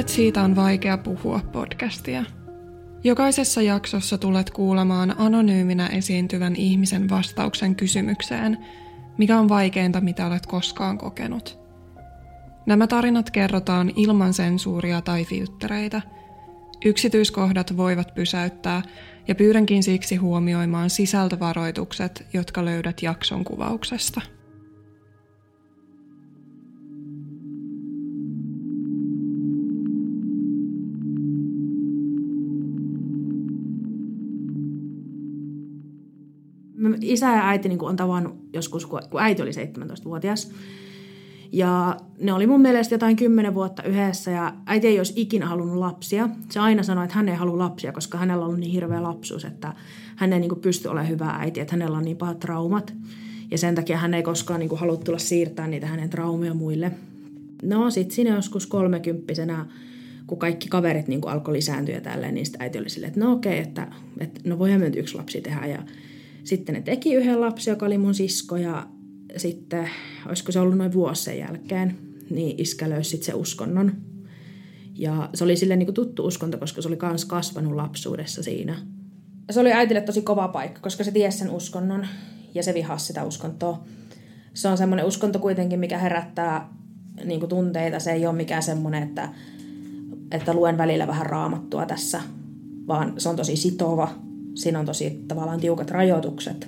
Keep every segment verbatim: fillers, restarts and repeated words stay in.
Kuuntelet Siitä on vaikea puhua podcastia. Jokaisessa jaksossa tulet kuulemaan anonyyminä esiintyvän ihmisen vastauksen kysymykseen, mikä on vaikeinta, mitä olet koskaan kokenut. Nämä tarinat kerrotaan ilman sensuuria tai filttereitä. Yksityiskohdat voivat pysäyttää ja pyydänkin siksi huomioimaan sisältövaroitukset, jotka löydät jakson kuvauksesta. Isä ja äiti niin on tavannut joskus, kun äiti oli seitsemäntoistavuotias. Ja ne oli mun mielestä jotain kymmenen vuotta yhdessä ja äiti ei olisi ikinä halunnut lapsia. Se aina sanoi, että hän ei halua lapsia, koska hänellä on ollut niin hirveä lapsuus, että hän ei niin pysty olemaan hyvä äiti, että hänellä on niin pahat traumat. Ja sen takia hän ei koskaan niin halua tulla siirtää niitä hänen traumia muille. No sit siinä joskus kolmekymppisenä, kun kaikki kaverit niin alkoi lisääntyä ja tälleen, niin sitten äiti oli silleen, että no okei, että, että no voihan me nyt yksi lapsi tehdä. Ja sitten ne teki yhden lapsen, joka oli mun sisko, ja sitten, olisiko se ollut noin vuosi sen jälkeen, niin iskä löysi sitten se uskonnon. Ja se oli silleen niin kuin tuttu uskonto, koska se oli kans kasvanut lapsuudessa siinä. Se oli äitille tosi kova paikka, koska se tiesi sen uskonnon ja se vihasi sitä uskontoa. Se on semmoinen uskonto kuitenkin, mikä herättää niin kuin tunteita. Se ei ole mikään semmoinen, että, että luen välillä vähän raamattua tässä, vaan se on tosi sitova. Siinä on tosi tavallaan tiukat rajoitukset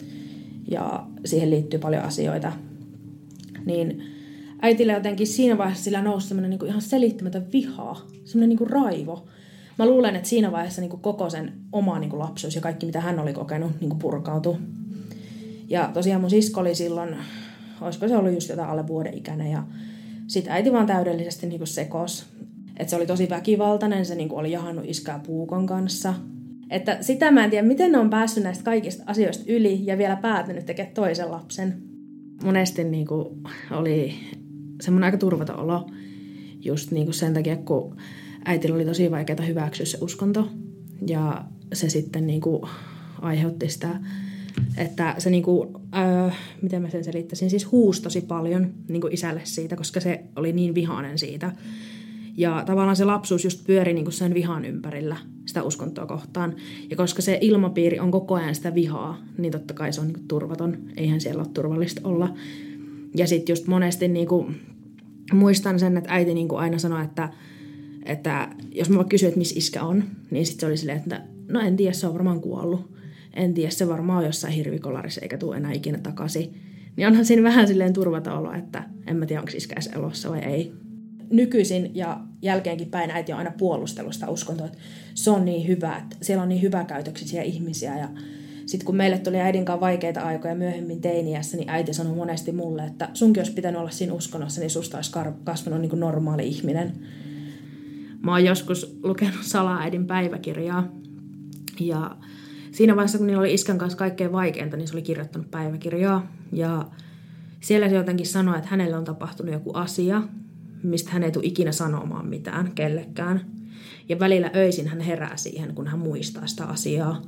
ja siihen liittyy paljon asioita. Niin äitille jotenkin siinä vaiheessa sillä nousi semmoinen niin kuin ihan selittämätön viha, semmoinen niin kuin raivo. Mä luulen, että siinä vaiheessa niin kuin koko sen oma niin kuin lapsuus ja kaikki mitä hän oli kokenut niin kuin purkautui. Ja tosiaan mun sisko oli silloin, olisiko se ollut just jotain alle vuoden ikäinen ja sit äiti vaan täydellisesti niin kuin sekos. Että se oli tosi väkivaltainen, se niin kuin oli jahannut iskää puukon kanssa. Että sitä mä en tiedä, miten ne on päässyt näistä kaikista asioista yli ja vielä päätynyt tekemään toisen lapsen. Monesti niin kuin oli semmoinen aika turvaton olo just niin kuin sen takia, kun äitillä oli tosi vaikeaa hyväksyä se uskonto. Ja se sitten niin kuin aiheutti sitä, että se niin kuin, öö, miten mä sen selittäisin, siis huusi tosi paljon niin kuin isälle siitä, koska se oli niin vihainen siitä. Ja tavallaan se lapsuus just pyöri niin kuin sen vihan ympärillä sitä uskontoa kohtaan. Ja koska se ilmapiiri on koko ajan sitä vihaa, niin totta kai se on niin kuin turvaton. Eihän siellä ole turvallista olla. Ja sitten just monesti niin kuin, muistan sen, että äiti niin kuin aina sanoi, että, että jos mä vaan kysyin, että missä iskä on, niin sitten se oli silleen, että no en tiedä, se on varmaan kuollut. En tiedä, se varmaan on jossain hirvikolarissa eikä tule enää ikinä takaisin. Niin onhan siinä vähän silleen turvaton olo, että en mä tiedä, onko iskä edes elossa vai ei. Nykyisin ja jälkeenkin päin äiti on aina puolustellut sitä uskontoa, että se on niin hyvä, että siellä on niin hyväkäytöksisiä ihmisiä. Ja sitten kun meille tuli äidin kanssa vaikeita aikoja myöhemmin teiniässä, niin äiti sanoi monesti mulle, että sunkin olisi pitänyt olla siinä uskonnossa, niin susta olisi kasvanut niin kuin normaali ihminen. Mä oon joskus lukenut salaäidin päiväkirjaa ja siinä vaiheessa, kun niillä oli iskän kanssa kaikkein vaikeinta, niin se oli kirjoittanut päiväkirjaa. Ja siellä se jotenkin sanoi, että hänelle on tapahtunut joku asia, mistä hän ei tule ikinä sanomaan mitään kellekään. Ja välillä öisin hän herää siihen, kun hän muistaa sitä asiaa.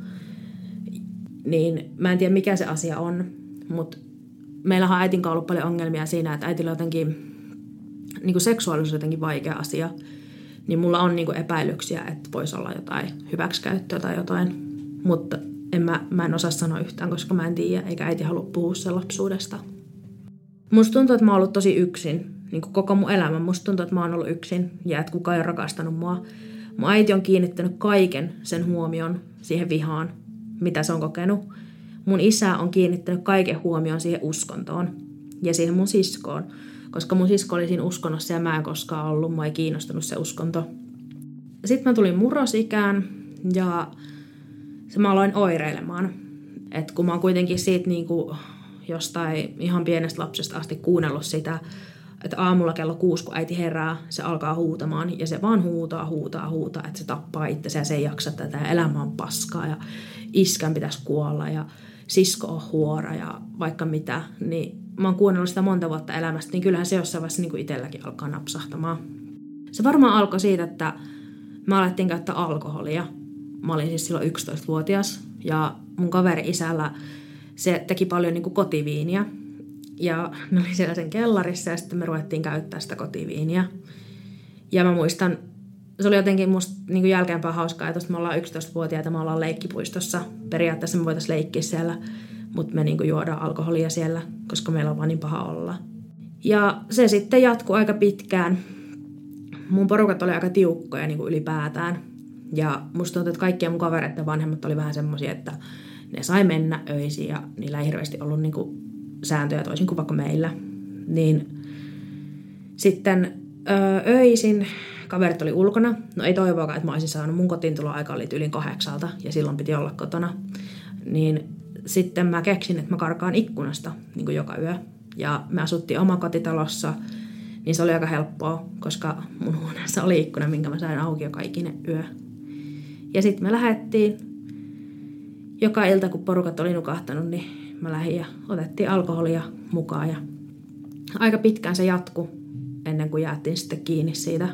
Niin mä en tiedä, mikä se asia on, mutta meillähän on äitin kanssa ollut paljon ongelmia siinä, että äitillä on jotenkin, niin kuin seksuaalisuus on jotenkin vaikea asia. Niin mulla on niin kuin epäilyksiä, että voisi olla jotain hyväksikäyttöä tai jotain. Mutta en mä, mä en osaa sanoa yhtään, koska mä en tiedä, eikä äiti halua puhua sen lapsuudesta. Musta tuntuu, että mä oon ollut tosi yksin. Niin kuin koko mun elämä. Musta tuntuu, että mä oon ollut yksin ja että kukaan ei ole rakastanut mua. Mun äiti on kiinnittänyt kaiken sen huomion siihen vihaan, mitä se on kokenut. Mun isä on kiinnittänyt kaiken huomion siihen uskontoon ja siihen mun siskoon. Koska mun sisko oli siinä uskonnossa ja mä en koskaan ollut. Mua ei kiinnostunut se uskonto. Sitten mä tulin murrosikään ja se mä aloin oireilemaan. Että kun mä oon kuitenkin siitä niin kuin jostain ihan pienestä lapsesta asti kuunnellut sitä, että aamulla kello kuusi, kun äiti herää, se alkaa huutamaan ja se vaan huutaa, huutaa, huutaa, että se tappaa itsensä ja se ei jaksa tätä ja elämä on paskaa ja iskän pitäisi kuolla ja sisko on huora ja vaikka mitä. Niin mä oon kuunnellut sitä monta vuotta elämästä, niin kyllähän se jossain vaiheessa niin kuin itselläkin alkaa napsahtamaan. Se varmaan alkoi siitä, että mä alettiin käyttää alkoholia. Mä olin siis silloin yksitoistavuotias ja mun kaveri isällä se teki paljon niin kuin kotiviiniä. Ja ne oli siellä sen kellarissa ja sitten me ruvettiin käyttää sitä kotiviiniä. Ja mä muistan, se oli jotenkin musta niin kuin jälkeenpäin hauskaa, että me ollaan yksitoistavuotiaita, me ollaan leikkipuistossa. Periaatteessa me voitaisiin leikkiä siellä, mutta me niin kuin juodaan alkoholia siellä, koska meillä on vaan niin paha olla. Ja se sitten jatkui aika pitkään. Mun porukat oli aika tiukkoja niin kuin ylipäätään. Ja musta tuntuu, että kaikkien mun kavereiden vanhemmat oli vähän semmoisia, että ne sai mennä öisin ja niillä ei hirveästi ollut niin kuin sääntöjä toisin kuin vaikka meillä. Niin sitten öö, öisin kaverit oli ulkona. No ei toivoakaan, että mä olisin saanut. Mun kotiintuloaika oli yli kahdeksalta ja silloin piti olla kotona. Niin sitten mä keksin, että mä karkaan ikkunasta niin kuin joka yö. Ja me asuttiin omakotitalossa, niin se oli aika helppoa, koska mun huoneessa oli ikkuna, minkä mä sain auki joka ikinen yö. Ja sitten me lähdettiin. Joka ilta, kun porukat oli nukahtanut, niin mä lähdin ja otettiin alkoholia mukaan. Ja aika pitkään se jatkui, ennen kuin jäätiin sitten kiinni siitä.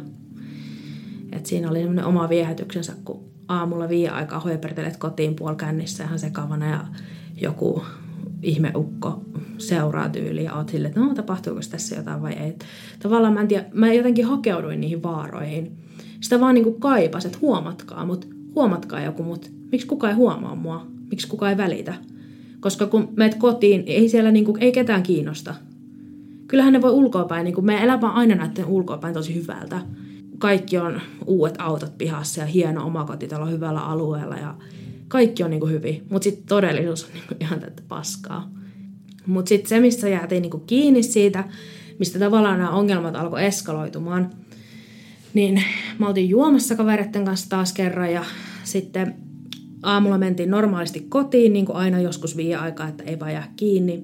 Et siinä oli semmoinen oma viehätyksensä, kun aamulla viiden aikaa hoipertelet kotiin puolikännissä ihan sekavana ja joku ihmeukko seuraa tyyliin ja oot silleen, että no tapahtuuko tässä jotain vai ei. Tavallaan mä en tiedä, mä jotenkin hakeuduin niihin vaaroihin. Sitä vaan niinku kaipas, että huomatkaa mut, huomatkaa joku mut. Miksi kukaan ei huomaa mua? Miksi kukaan ei välitä? Koska kun meet kotiin, ei siellä niinku, ei ketään kiinnosta. Kyllähän ne voi ulkoapäin, niinku meidän elämä aina näyttää ulkoapäin tosi hyvältä. Kaikki on uudet autot pihassa ja hieno omakotitalo hyvällä alueella ja kaikki on niinku hyvin. Mutta sitten todellisuus on niinku ihan tätä paskaa. Mutta sitten se, missä jäätiin niinku kiinni siitä, mistä tavallaan nämä ongelmat alkoi eskaloitumaan, niin mä oltiin juomassa kavereiden kanssa taas kerran ja sitten aamulla mentiin normaalisti kotiin, niin kuin aina joskus viiden aikaa, että ei vaan jää kiinni.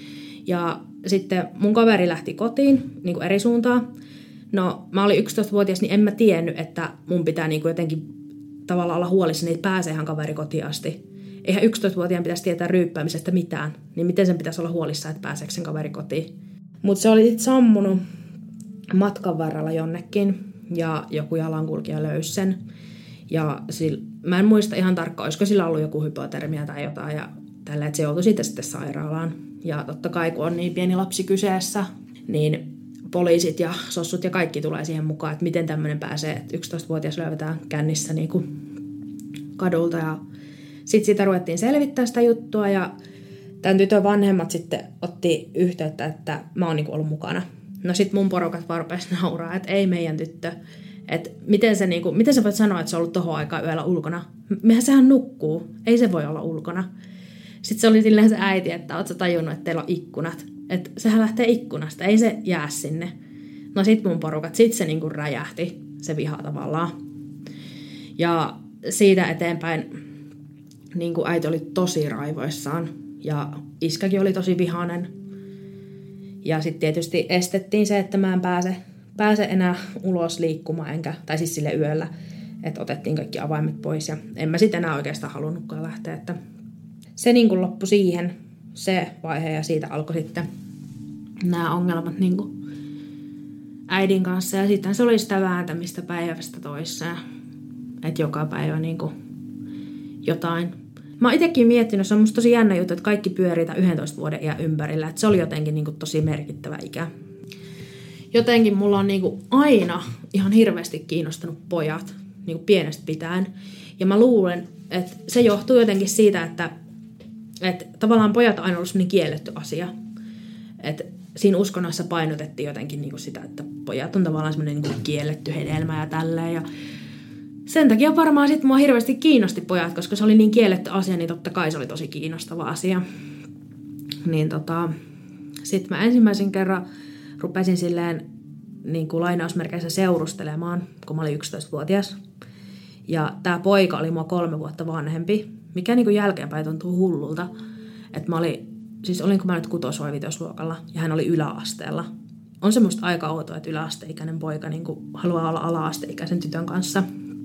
Ja sitten mun kaveri lähti kotiin niin kuin eri suuntaan. No mä olin yksitoistavuotias, niin en mä tiennyt, että mun pitää niin kuin jotenkin tavallaan olla huolissani, että pääseehän kaveri kotiin asti. Eihän yksitoistavuotiaan pitäisi tietää ryyppäämisestä mitään, niin miten sen pitäisi olla huolissaan, että pääseekö sen kaveri kotiin. Mutta se oli sitten sammunut matkan varrella jonnekin ja joku jalankulkija löysi sen. Ja sillä, mä en muista ihan tarkkaan, olisiko sillä ollut joku hypotermia tai jotain ja tällä, että se joutui siitä sitten sairaalaan. Ja totta kai, kun on niin pieni lapsi kyseessä, niin poliisit ja sossut ja kaikki tulee siihen mukaan, että miten tämmöinen pääsee, että yksitoistavuotias löydetään kännissä niin kuin kadulta. Ja sitten siitä ruvettiin selvittää sitä juttua ja tämän tytön vanhemmat sitten otti yhteyttä, että mä oon niin kuin ollut mukana. No sitten mun porukat vaan rupesi nauraa, että ei meidän tyttö. Että miten, se, niin kuin, miten sä voit sanoa, että se on ollut tohon aikaan yöllä ulkona? Mehän sehän nukkuu. Ei se voi olla ulkona. Sitten se oli silleen se äiti, että oot sä tajunnut, että teillä on ikkunat. Että sehän lähtee ikkunasta. Ei se jää sinne. No sit mun porukat. Sit se niin kuin räjähti. Se viha tavallaan. Ja siitä eteenpäin niin kuin äiti oli tosi raivoissaan. Ja iskäkin oli tosi vihainen. Ja sitten tietysti estettiin se, että mä en pääse... pääse enää ulos liikkumaan, enkä, tai siis sille yöllä, että otettiin kaikki avaimet pois, ja en mä sitten enää oikeastaan halunnutkaan lähteä, että se niin kuin loppui siihen, se vaihe, ja siitä alkoi sitten nämä ongelmat niin kuin äidin kanssa, ja sitten se oli sitä vääntämistä päivästä toiseen, että joka päivä niin kuin jotain. Mä oon itsekin miettinyt, se on musta tosi jännä juttu, että kaikki pyörii tämän yhdentoista vuoden iän ympärillä, että se oli jotenkin niin kuin tosi merkittävä ikä. Jotenkin mulla on niinku aina ihan hirveästi kiinnostanut pojat niinku pienestä pitäen. Ja mä luulen, että se johtuu jotenkin siitä, että, että tavallaan pojat on aina ollut sellainen kielletty asia. Että siinä uskonnossa painotettiin jotenkin niinku sitä, että pojat on tavallaan semmoinen niinku kielletty hedelmä ja tälleen. Ja sen takia varmaan sitten mua hirveästi kiinnosti pojat, koska se oli niin kielletty asia, niin totta kai se oli tosi kiinnostava asia. Niin tota, sit mä ensimmäisen kerran rupesin silleen niin kuin lainausmerkeissä seurustelemaan, kun mä olin yksitoistavuotias. Ja tää poika oli mua kolme vuotta vanhempi, mikä niin kuin jälkeenpäin tuntuu hullulta. Että mä olin, siis olinko mä nyt kutos- vai vitosluokalla, ja hän oli yläasteella. On se musta aika outoa, että yläasteikäinen poika niin kuin haluaa olla ala-asteikäisen tytön kanssa.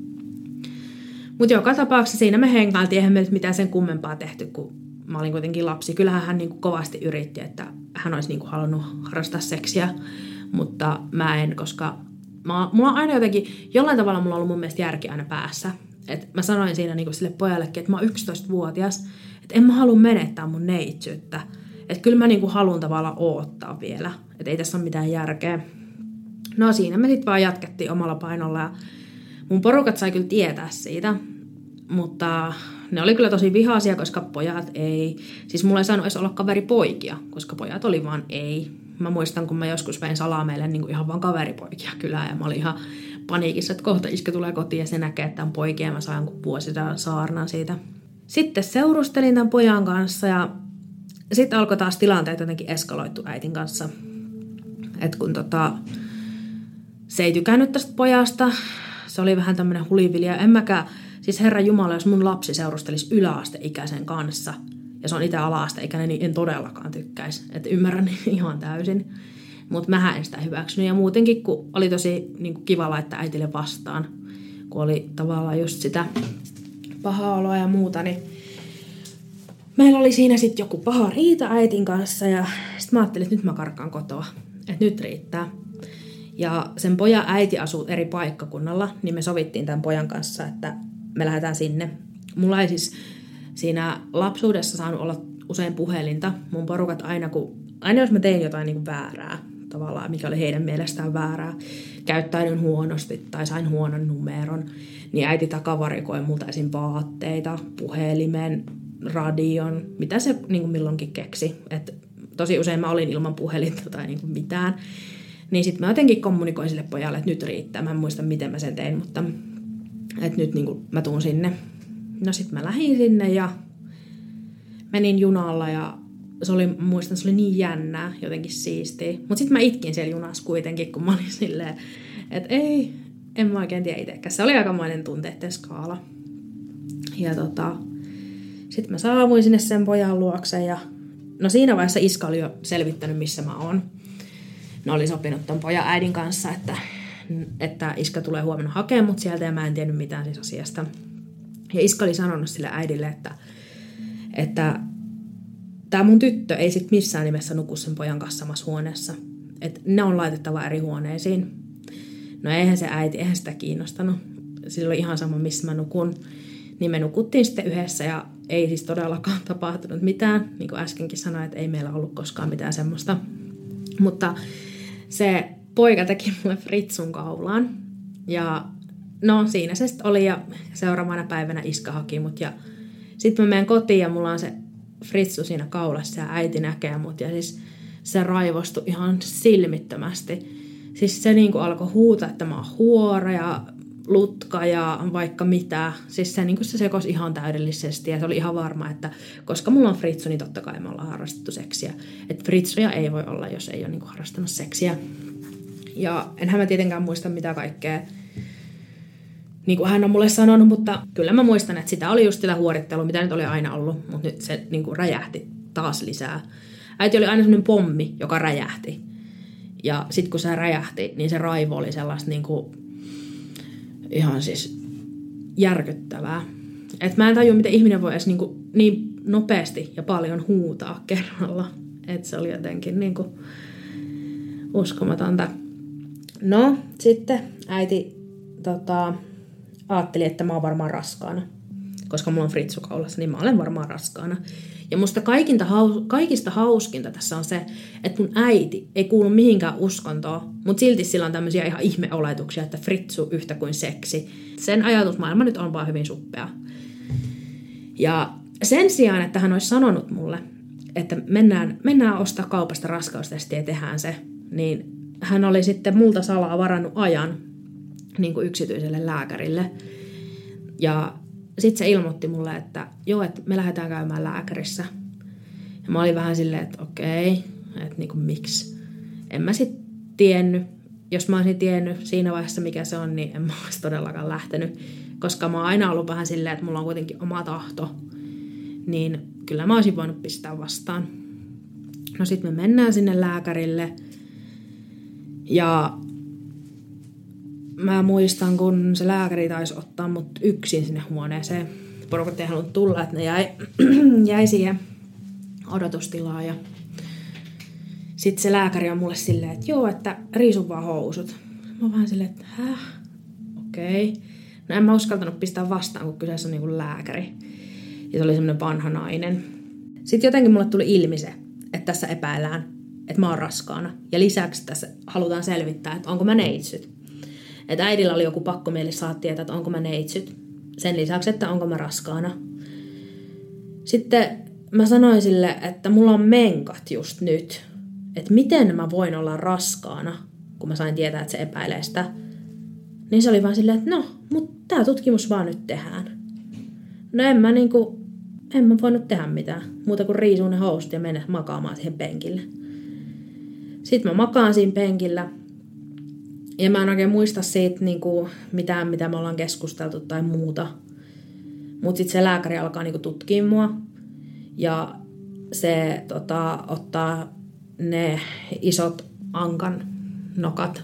Mutta joka tapauksessa siinä me hengailtiin, eihän me mitään sen kummempaa tehty, kun mä olin kuitenkin lapsi. Kyllähän hän niin kuin kovasti yritti, että hän olisi niin kuin halunnut harrastaa seksiä, mutta mä en, koska mä, mulla on aina jotenkin, jollain tavalla mulla on ollut mun mielestä järki aina päässä. Et mä sanoin siinä niin kuin sille pojallekin, että mä oon yksitoistavuotias, että en mä halua menettää mun neitsyyttä. Että kyllä mä niin kuin haluan tavallaan oottaa vielä, että ei tässä ole mitään järkeä. No siinä me sitten vaan jatkettiin omalla painolla ja mun porukat sai kyllä tietää siitä, mutta ne oli kyllä tosi vihaisia, koska pojat ei, siis mulla ei saanut edes olla kaveripoikia, koska pojat oli vaan ei. Mä muistan, kun mä joskus vein salaa meille niin kuin ihan vaan kaveripoikia kylään ja mä olin ihan paniikissa, että kohta iskä tulee kotiin ja se näkee, että on poikia ja mä saan vuosita saarnan siitä. Sitten seurustelin tämän pojan kanssa ja sitten alkoi taas tilanteet jotenkin eskaloittu äitin kanssa. Että kun tota, se ei tykännyt tästä pojasta, se oli vähän tämmöinen hulivilja. En mäkään, siis Herran Jumala, jos mun lapsi seurustelisi yläasteikäisen kanssa, ja se on itse ala-asteikäinen, niin en todellakaan tykkäisi. Että ymmärrän ihan täysin. Mutta mähän en sitä hyväksynyt. Ja muutenkin, kun oli tosi niin kuin kiva laittaa äitille vastaan, kun oli tavallaan just sitä pahaa oloa ja muuta, niin meillä oli siinä sitten joku paha riita äitin kanssa. Ja sitten mä ajattelin, että nyt mä karkaan kotoa. Että nyt riittää. Ja sen pojan äiti asuu eri paikkakunnalla, niin me sovittiin tämän pojan kanssa, että me lähdetään sinne. Mulla ei siis siinä lapsuudessa saanut olla usein puhelinta. Mun porukat aina, kun, aina jos mä tein jotain niin kuin väärää, tavallaan, mikä oli heidän mielestään väärää, käyttäydyin huonosti tai sain huonon numeron, niin äiti takavarikoi multa esim. Vaatteita, puhelimen, radion, mitä se niin kuin milloinkin keksi. Et tosi usein mä olin ilman puhelinta tai niin kuin mitään. Niin sitten mä jotenkin kommunikoin sille pojalle, että nyt riittää. Mä en muista, miten mä sen tein, mutta että nyt niin kuin mä tuun sinne. No sitten mä lähdin sinne ja menin junalla ja se oli, muistan, se oli niin jännää, jotenkin siistiä. Mutta sitten mä itkin siellä junassa kuitenkin, kun mä olin silleen, että ei, en mä oikein tiedä itsekään. Se oli aikamoinen tunteiden skaala. Ja tota, sitten mä saavuin sinne sen pojan luokse ja no siinä vaiheessa iska oli jo selvittänyt, missä mä oon. Ne oli sopinut ton pojan äidin kanssa, että, että iskä tulee huomenna hakemaan mut sieltä ja mä en tiennyt mitään siis asiasta. Ja iska oli sanonut sille äidille, että, että tämä mun tyttö ei sit missään nimessä nuku sen pojan kanssa samassa huoneessa. Että ne on laitettava eri huoneisiin. No eihän se äiti, eihän sitä kiinnostanut. Sillä oli ihan sama, missä mä nukun. Niin me nukuttiin sitten yhdessä ja ei siis todellakaan tapahtunut mitään. Niin kuin äskenkin sanoin, että ei meillä ollut koskaan mitään semmoista. Mutta se poika teki mulle fritsun kaulaan. Ja no siinä se sitten oli ja seuraavana päivänä iska haki mut. Ja sitten mä menen kotiin ja mulla on se fritsu siinä kaulassa ja äiti näkee mut. Ja siis se raivostui ihan silmittömästi. Siis se niinku alkoi huutaa, että mä oon huora ja lutka ja vaikka mitä. Siis se, niinku se sekosi ihan täydellisesti ja se oli ihan varma, että koska mulla on fritsu, niin totta kai me ollaan harrastettu seksiä. Että fritsuja ei voi olla, jos ei ole niinku harrastanut seksiä. Ja enhän mä tietenkään muista mitä kaikkea niin kuin hän on mulle sanonut, mutta kyllä mä muistan, että sitä oli just sitä huorittelua, mitä nyt oli aina ollut, mutta nyt se niin kuin räjähti taas lisää. Äiti oli aina semmoinen pommi, joka räjähti. Ja sit kun se räjähti, niin se raivo oli sellaista niin kuin ihan siis järkyttävää. Että mä en tajua, miten ihminen voi edes niin, kuin niin nopeasti ja paljon huutaa kerralla. Että se oli jotenkin niin kuin uskomatonta. No, sitten äiti tota, ajatteli, että mä oon varmaan raskaana. Koska mulla on fritsu kaulassa, niin mä olen varmaan raskaana. Ja musta kaikinta, kaikista hauskinta tässä on se, että mun äiti ei kuulu mihinkään uskontoon, mutta silti sillä on tämmöisiä ihan ihmeoletuksia, että fritsu yhtä kuin seksi. Sen ajatusmaailma nyt on vaan hyvin suppea. Ja sen sijaan, että hän olisi sanonut mulle, että mennään, mennään ostaa kaupasta raskaustestiä ja tehdään se, niin hän oli sitten multa salaa varannut ajan niin kuin yksityiselle lääkärille. Ja sitten se ilmoitti mulle, että joo, että me lähdetään käymään lääkärissä. Ja mä olin vähän silleen, että okei, että niin kuin miksi. En mä sitten tiennyt. Jos mä olisin tiennyt siinä vaiheessa, mikä se on, niin en mä olisi todellakaan lähtenyt. Koska mä oon aina ollut vähän silleen, että mulla on kuitenkin oma tahto. Niin kyllä mä olisin voinut pistää vastaan. No sit me mennään sinne lääkärille. Ja mä muistan, kun se lääkäri taisi ottaa mut yksin sinne huoneeseen. Porukat ei halunnut tulla, että ne jäi, jäi siihen odotustilaan. Ja sitten se lääkäri on mulle silleen, että joo, että riisun vaan housut. Mä oon vähän silleen, että häh? Okei. Okay. No en mä uskaltanut pistää vastaan, kun kyseessä on niinku lääkäri. Ja se oli semmoinen vanha nainen. Sitten jotenkin mulle tuli ilmi se, että tässä epäillään että mä oon raskaana. Ja lisäksi tässä halutaan selvittää, että onko mä neitsyt. Että äidillä oli joku pakkomieli saada tietää, että onko mä neitsyt. Sen lisäksi, että onko mä raskaana. Sitten mä sanoin sille, että mulla on menkat just nyt. Että miten mä voin olla raskaana, kun mä sain tietää, että se epäilee sitä. Niin se oli vaan silleen, että no, mutta tää tutkimus vaan nyt tehdään. No en mä niinku, en mä voinut tehdä mitään. Muuta kuin riisua ne housut ja mennä makaamaan siihen penkille. Sitten mä makaan siinä penkillä. Ja mä en oikein muista siitä niinku mitään, mitä me ollaan keskusteltu tai muuta. Mutta sitten se lääkäri alkaa niinku tutkia mua. Ja se tota, ottaa ne isot ankan nokat.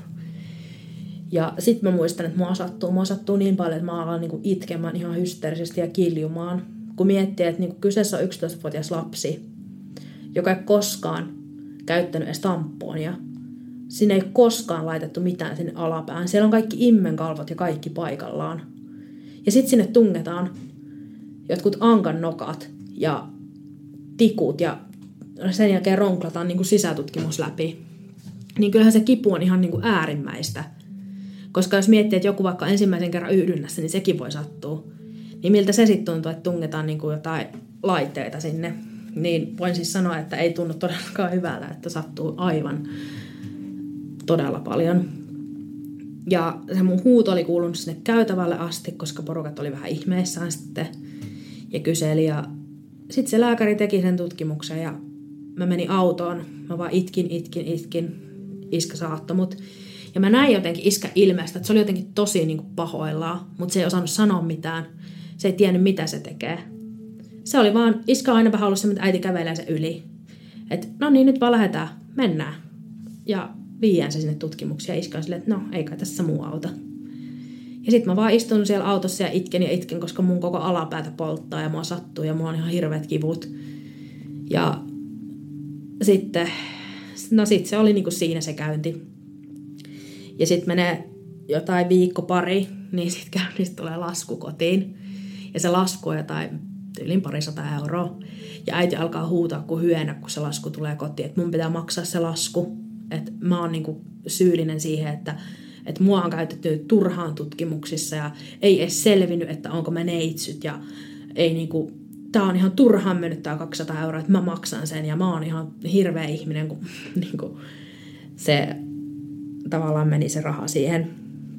Ja sitten mä muistan, että mua sattuu. Mua sattuu niin paljon, että mä alan niinku itkemään ihan hysteerisesti ja kiljumaan. Kun miettii, että niinku kyseessä on yksitoistavuotias lapsi, joka ei koskaan käyttänyt edes tampoonia. Sinne ei koskaan laitettu mitään sinne alapään. Siellä on kaikki immenkalvot ja kaikki paikallaan. Ja sitten sinne tungetaan jotkut ankan nokat ja tikut ja sen jälkeen ronklataan niin kuin sisätutkimus läpi. Niin kyllähän se kipu on ihan niin kuin äärimmäistä. Koska jos miettii, että joku vaikka ensimmäisen kerran yhdynnässä, niin sekin voi sattua. Niin miltä se sitten tuntuu, että tungetaan niin kuin jotain laitteita sinne. Niin voin siis sanoa, että ei tunnu todellakaan hyvältä, että sattuu aivan todella paljon. Ja se mun huuto oli kuulunut sinne käytävälle asti, koska porukat oli vähän ihmeissään sitten ja kyseli. Ja sitten se lääkäri teki sen tutkimuksen ja mä menin autoon. Mä vaan itkin, itkin, itkin. Iskä saattoi mut. Ja mä näin jotenkin iskä ilmeestä, että se oli jotenkin tosi niin kuin pahoillaan, mutta se ei osannut sanoa mitään. Se ei tiennyt, mitä se tekee. Se oli vaan, iskä on aina vähän ollut semmoinen, että äiti kävelee se yli. Että no niin, nyt vaan lähdetään, mennään. Ja viiään se sinne tutkimuksiin ja iskä on silleen, että no, ei kai tässä muu auta. Ja sitten mä vaan istun siellä autossa ja itken ja itken, koska mun koko alapäätä polttaa ja mua sattuu ja mulla on ihan hirveät kivut. Ja sitten, no sit se oli niinku siinä se käynti. Ja sitten menee jotain viikko pari, niin sitten käynnistä tulee lasku kotiin. Ja se lasku on jotain yli parisataa euroa. Ja äiti alkaa huutaa kuin hyönä, kun se lasku tulee kotiin, että mun pitää maksaa se lasku. Että mä oon niinku syyllinen siihen, että, että mua on käytetty turhaan tutkimuksissa ja ei edes selvinnyt, että onko mä neitsyt. Ja ei niinku, tää on ihan turhaan mennyt tää kaksisataa euroa, että mä maksan sen ja mä oon ihan hirveä ihminen, kun niinku, se tavallaan meni se raha siihen.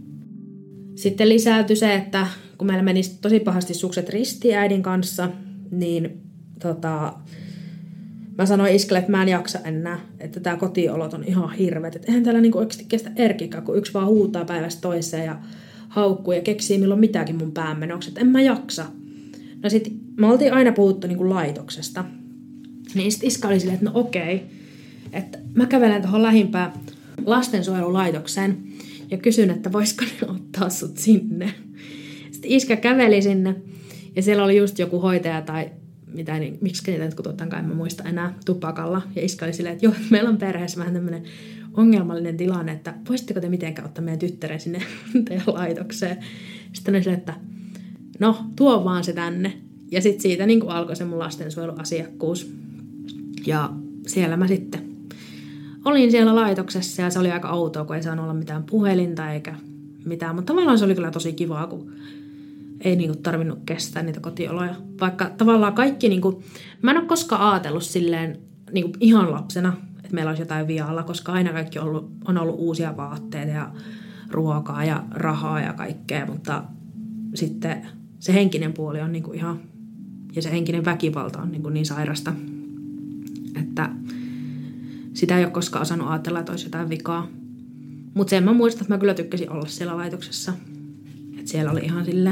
Sitten lisääntyi se, että kun meillä meni tosi pahasti sukset ristiin äidin kanssa, niin tota, mä sanoin iskelle, että mä en jaksa enää, että tää kotiolot on ihan hirveet. Että eihän täällä niinku oikeasti kestä erkikään, kun yksi vaan huutaa päivästä toiseen ja haukkuu ja keksii milloin mitäkin mun päämenoksi, että en mä jaksa. No sit me oltiin aina puhuttu niinku laitoksesta. Niin sit iska oli silleen, että no okei, että mä kävelen tuohon lähimpään lastensuojelulaitokseen ja kysyn, että voisiko ne ottaa sut sinne. Sitten iskä käveli sinne ja siellä oli just joku hoitaja tai mitä, niin, miksi niitä nyt kutsutaan, en mä muista enää, tupakalla. Ja iskä oli silleen, että joo, meillä on perheessä vähän tämmöinen ongelmallinen tilanne, että voisitteko te mitenkään ottaa meidän tyttären sinne teidän laitokseen. Sitten oli silleen, että no, tuo vaan se tänne. Ja sitten siitä niin kuin alkoi se mun lastensuojeluasiakkuus. Ja siellä mä sitten olin siellä laitoksessa ja se oli aika outoa, kun ei saanut olla mitään puhelinta eikä mitään. Mutta tavallaan se oli kyllä tosi kivaa, kun ei niinku tarvinnut kestää niitä kotioloja. Vaikka tavallaan kaikki, niinku, mä en ole koskaan ajatellut silleen niinku ihan lapsena, että meillä olisi jotain vialla, koska aina kaikki on ollut, on ollut uusia vaatteita ja ruokaa ja rahaa ja kaikkea, mutta sitten se henkinen puoli on niinku ihan, ja se henkinen väkivalta on niinku niin sairasta, että sitä ei ole koskaan osannut ajatella, että olisi jotain vikaa. Mutta sen mä muistan, että mä kyllä tykkäsin olla siellä laitoksessa. Että siellä oli ihan silleen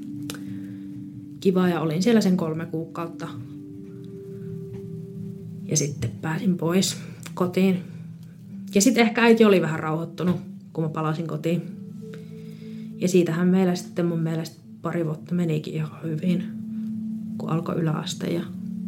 kiva ja olin siellä sen kolme kuukautta. Ja sitten pääsin pois kotiin. Ja sitten ehkä äiti oli vähän rauhoittunut, kun mä palasin kotiin. Ja siitähän meillä sitten mun mielestä pari vuotta menikin ihan hyvin, kun alkoi yläaste ja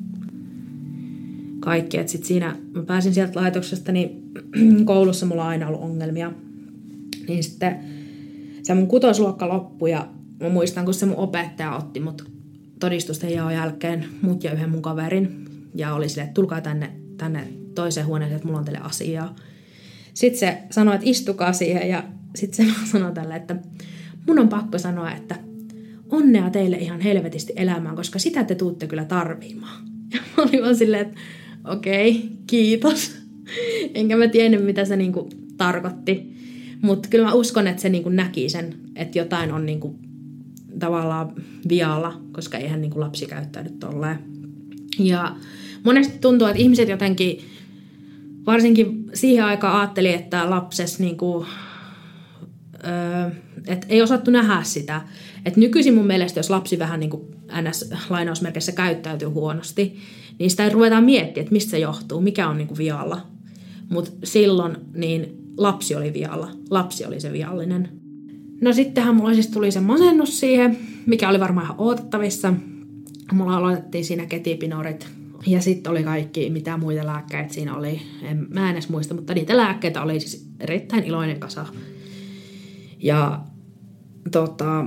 kaikki. Että sitten siinä mä pääsin sieltä laitoksesta, niin koulussa mulla on aina ollut ongelmia. Niin sitten se mun kutosluokka loppui ja mä muistan, kun se mun opettaja otti mut todistusten jaon jälkeen, mut ja yhden mun kaverin. Ja oli silleen, että tulkaa tänne, tänne toiseen huoneeseen, että mulla on teille asiaa. Sitten se sanoi, että istukaa siihen ja sitten se sanoi tälle, että mun on pakko sanoa, että onnea teille ihan helvetisti elämään, koska sitä te tuutte kyllä tarvimaan. Ja mä olin vaan silleen, että okei, okay, kiitos. Enkä mä tiennyt, mitä se niinku tarkoitti. Mutta kyllä mä uskon, että se niinku näki sen, että jotain on niinku tavallaan vialla, koska eihän niinku lapsi käyttäydy tolleen. Ja monesti tuntuu, että ihmiset jotenkin, varsinkin siihen aikaan ajatteli, että lapses niinku, öö, että ei osattu nähdä sitä. Että nykyisin mun mielestä, jos lapsi vähän niinku ns-lainausmerkissä käyttäytyy huonosti, niin sitä ruvetaan miettimään, että mistä se johtuu, mikä on niinku vialla. Mutta silloin niin lapsi oli vialla, lapsi oli se viallinen. No sittenhän mulla siis tuli se masennus siihen, mikä oli varmaan ihan odotettavissa. Mulla aloitettiin siinä ketipinorit ja sitten oli kaikki, mitä muita lääkkeitä siinä oli. En, mä en edes muista, mutta niitä lääkkeitä oli siis erittäin iloinen kasa. Ja tota,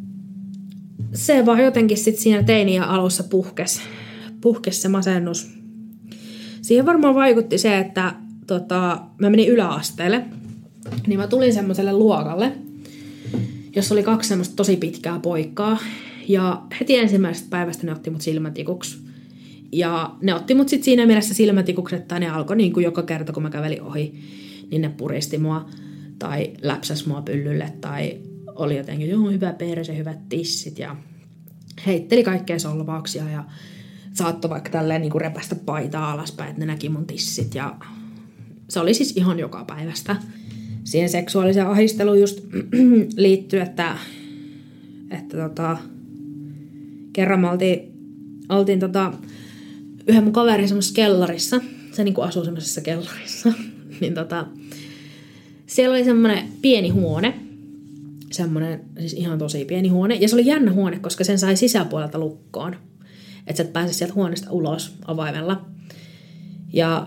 se vaan jotenkin sitten siinä teiniä alussa puhkesi, puhkesi se masennus. Siihen varmaan vaikutti se, että tota, mä menin yläasteelle, niin mä tulin semmoiselle luokalle, jossa oli kaksi semmoista tosi pitkää poikaa. Ja heti ensimmäisestä päivästä ne otti mut silmätikuksi. Ja ne otti mut sit siinä mielessä silmätikuksi, että ne alkoi niin kuin joka kerta, kun mä kävelin ohi, niin ne puristi mua tai läpsäs mua pyllylle tai oli jotenkin, joo, hyvä perse, hyvät tissit ja heitteli kaikkea solvauksia ja saattoi vaikka tälleen niin kuin repästä paitaa alaspäin, että ne näki mun tissit ja se oli siis ihan joka päivästä. Siihen seksuaaliseen ahdisteluun just liittyy, että, että tota, kerran me oltiin, oltiin tota, yhden mun kaverin semmoisessa kellarissa, se niinku asuu semmoisessa kellarissa, niin tota, siellä oli semmoinen pieni huone, semmoinen siis ihan tosi pieni huone, ja se oli jännä huone, koska sen sai sisäpuolelta lukkoon, että sä et pääse sieltä huoneesta ulos avaimella. Ja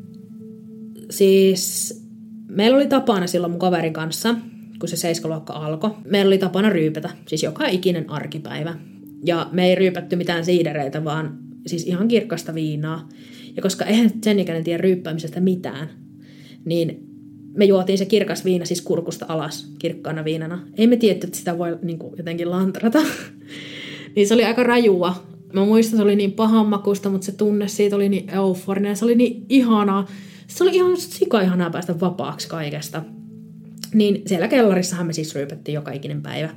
siis meillä oli tapana silloin mun kaverin kanssa, kun se seiskaluokka alkoi, meillä oli tapana ryypätä, siis joka ikinen arkipäivä. Ja me ei ryypätty mitään siidereitä, vaan siis ihan kirkasta viinaa. Ja koska eihän sen ikäinen tiedä ryyppäämisestä mitään, niin me juotiin se kirkas viina siis kurkusta alas kirkkaana viinana. Ei me tiedetty, että sitä voi niin kuin jotenkin lantrata. Niin se oli aika rajua. Mä muistan, se oli niin pahanmakuista, mutta se tunne siitä oli niin euforinen. Se oli niin ihanaa. Se oli ihan sika-ihanaa päästä vapaaksi kaikesta. Niin siellä kellarissahan me siis ryypättiin joka ikinen päivä.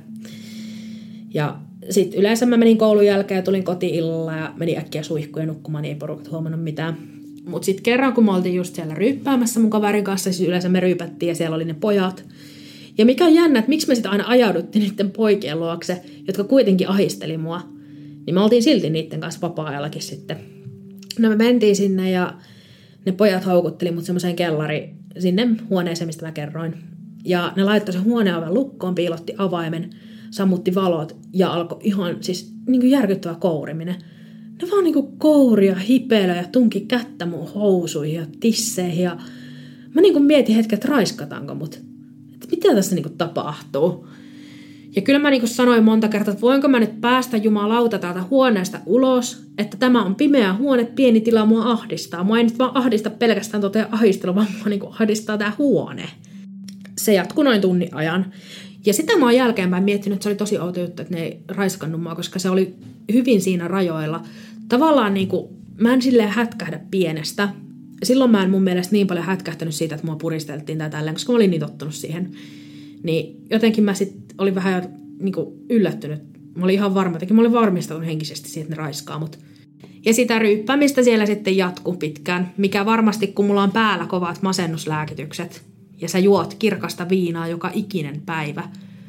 Ja sitten yleensä mä menin koulun jälkeen ja tulin kotiin illalla ja menin äkkiä suihkuun ja nukkumaan, niin ei porukat huomannut mitään. Mutta sitten kerran, kun me oltiin just siellä ryyppäämässä mun kaverin kanssa, siis yleensä me ryypättiin ja siellä oli ne pojat. Ja mikä on jännä, että miksi me sitten aina ajauduttiin niiden poikien luokse, jotka kuitenkin ahisteli mua. Niin me oltiin silti niiden kanssa vapaa-ajallakin sitten. No me mentiin sinne ja ne pojat houkutteli mut semmoiseen kellariin, sinne huoneeseen, mistä mä kerroin. Ja ne laittoi sen huoneen lukkoon, piilotti avaimen, sammutti valot ja alkoi ihan siis niin kuin järkyttävä kouriminen. Ne vaan niin kuin kouri ja hipeilö ja tunki kättä mun housuihin ja tisseihin. Ja mä niin kuin mietin hetken, että raiskataanko mut. Että mitä tässä niin kuin tapahtuu. Ja kyllä mä niin kuin sanoin monta kertaa, että voinko mä nyt päästä jumalauta täältä huoneesta ulos, että tämä on pimeä huone, pieni tila, mua ahdistaa. Mua ei nyt vaan ahdista pelkästään toteen ahdistelu, vaan mua niin kuin ahdistaa tää huone. Se jatkui noin tunnin ajan. Ja sitä mä oon jälkeenpäin miettinyt, että se oli tosi outo juttu, että ne ei raiskannut mua, koska se oli hyvin siinä rajoilla. Tavallaan niin kuin, mä en silleen hätkähdä pienestä. Silloin mä en mun mielestä niin paljon hätkähtänyt siitä, että mua puristeltiin tai tälleen, koska mä olin niin tottunut siihen. Niin jotenkin mä sit olin vähän niin kuin yllättynyt. Mä olin ihan varma, että mä olin varmistanut henkisesti siitä, että ne raiskaa mut. Ja sitä ryyppäämistä siellä sitten jatkuu pitkään, mikä varmasti kun mulla on päällä kovat masennuslääkitykset ja sä juot kirkasta viinaa joka ikinen päivä,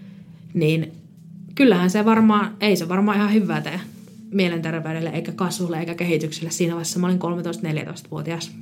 niin kyllähän se varmaan, ei se varmaan ihan hyvää tee mielenterveydelle eikä kasvulle eikä kehitykselle. Siinä vaiheessa mä olin kolmetoista-neljätoista-vuotias.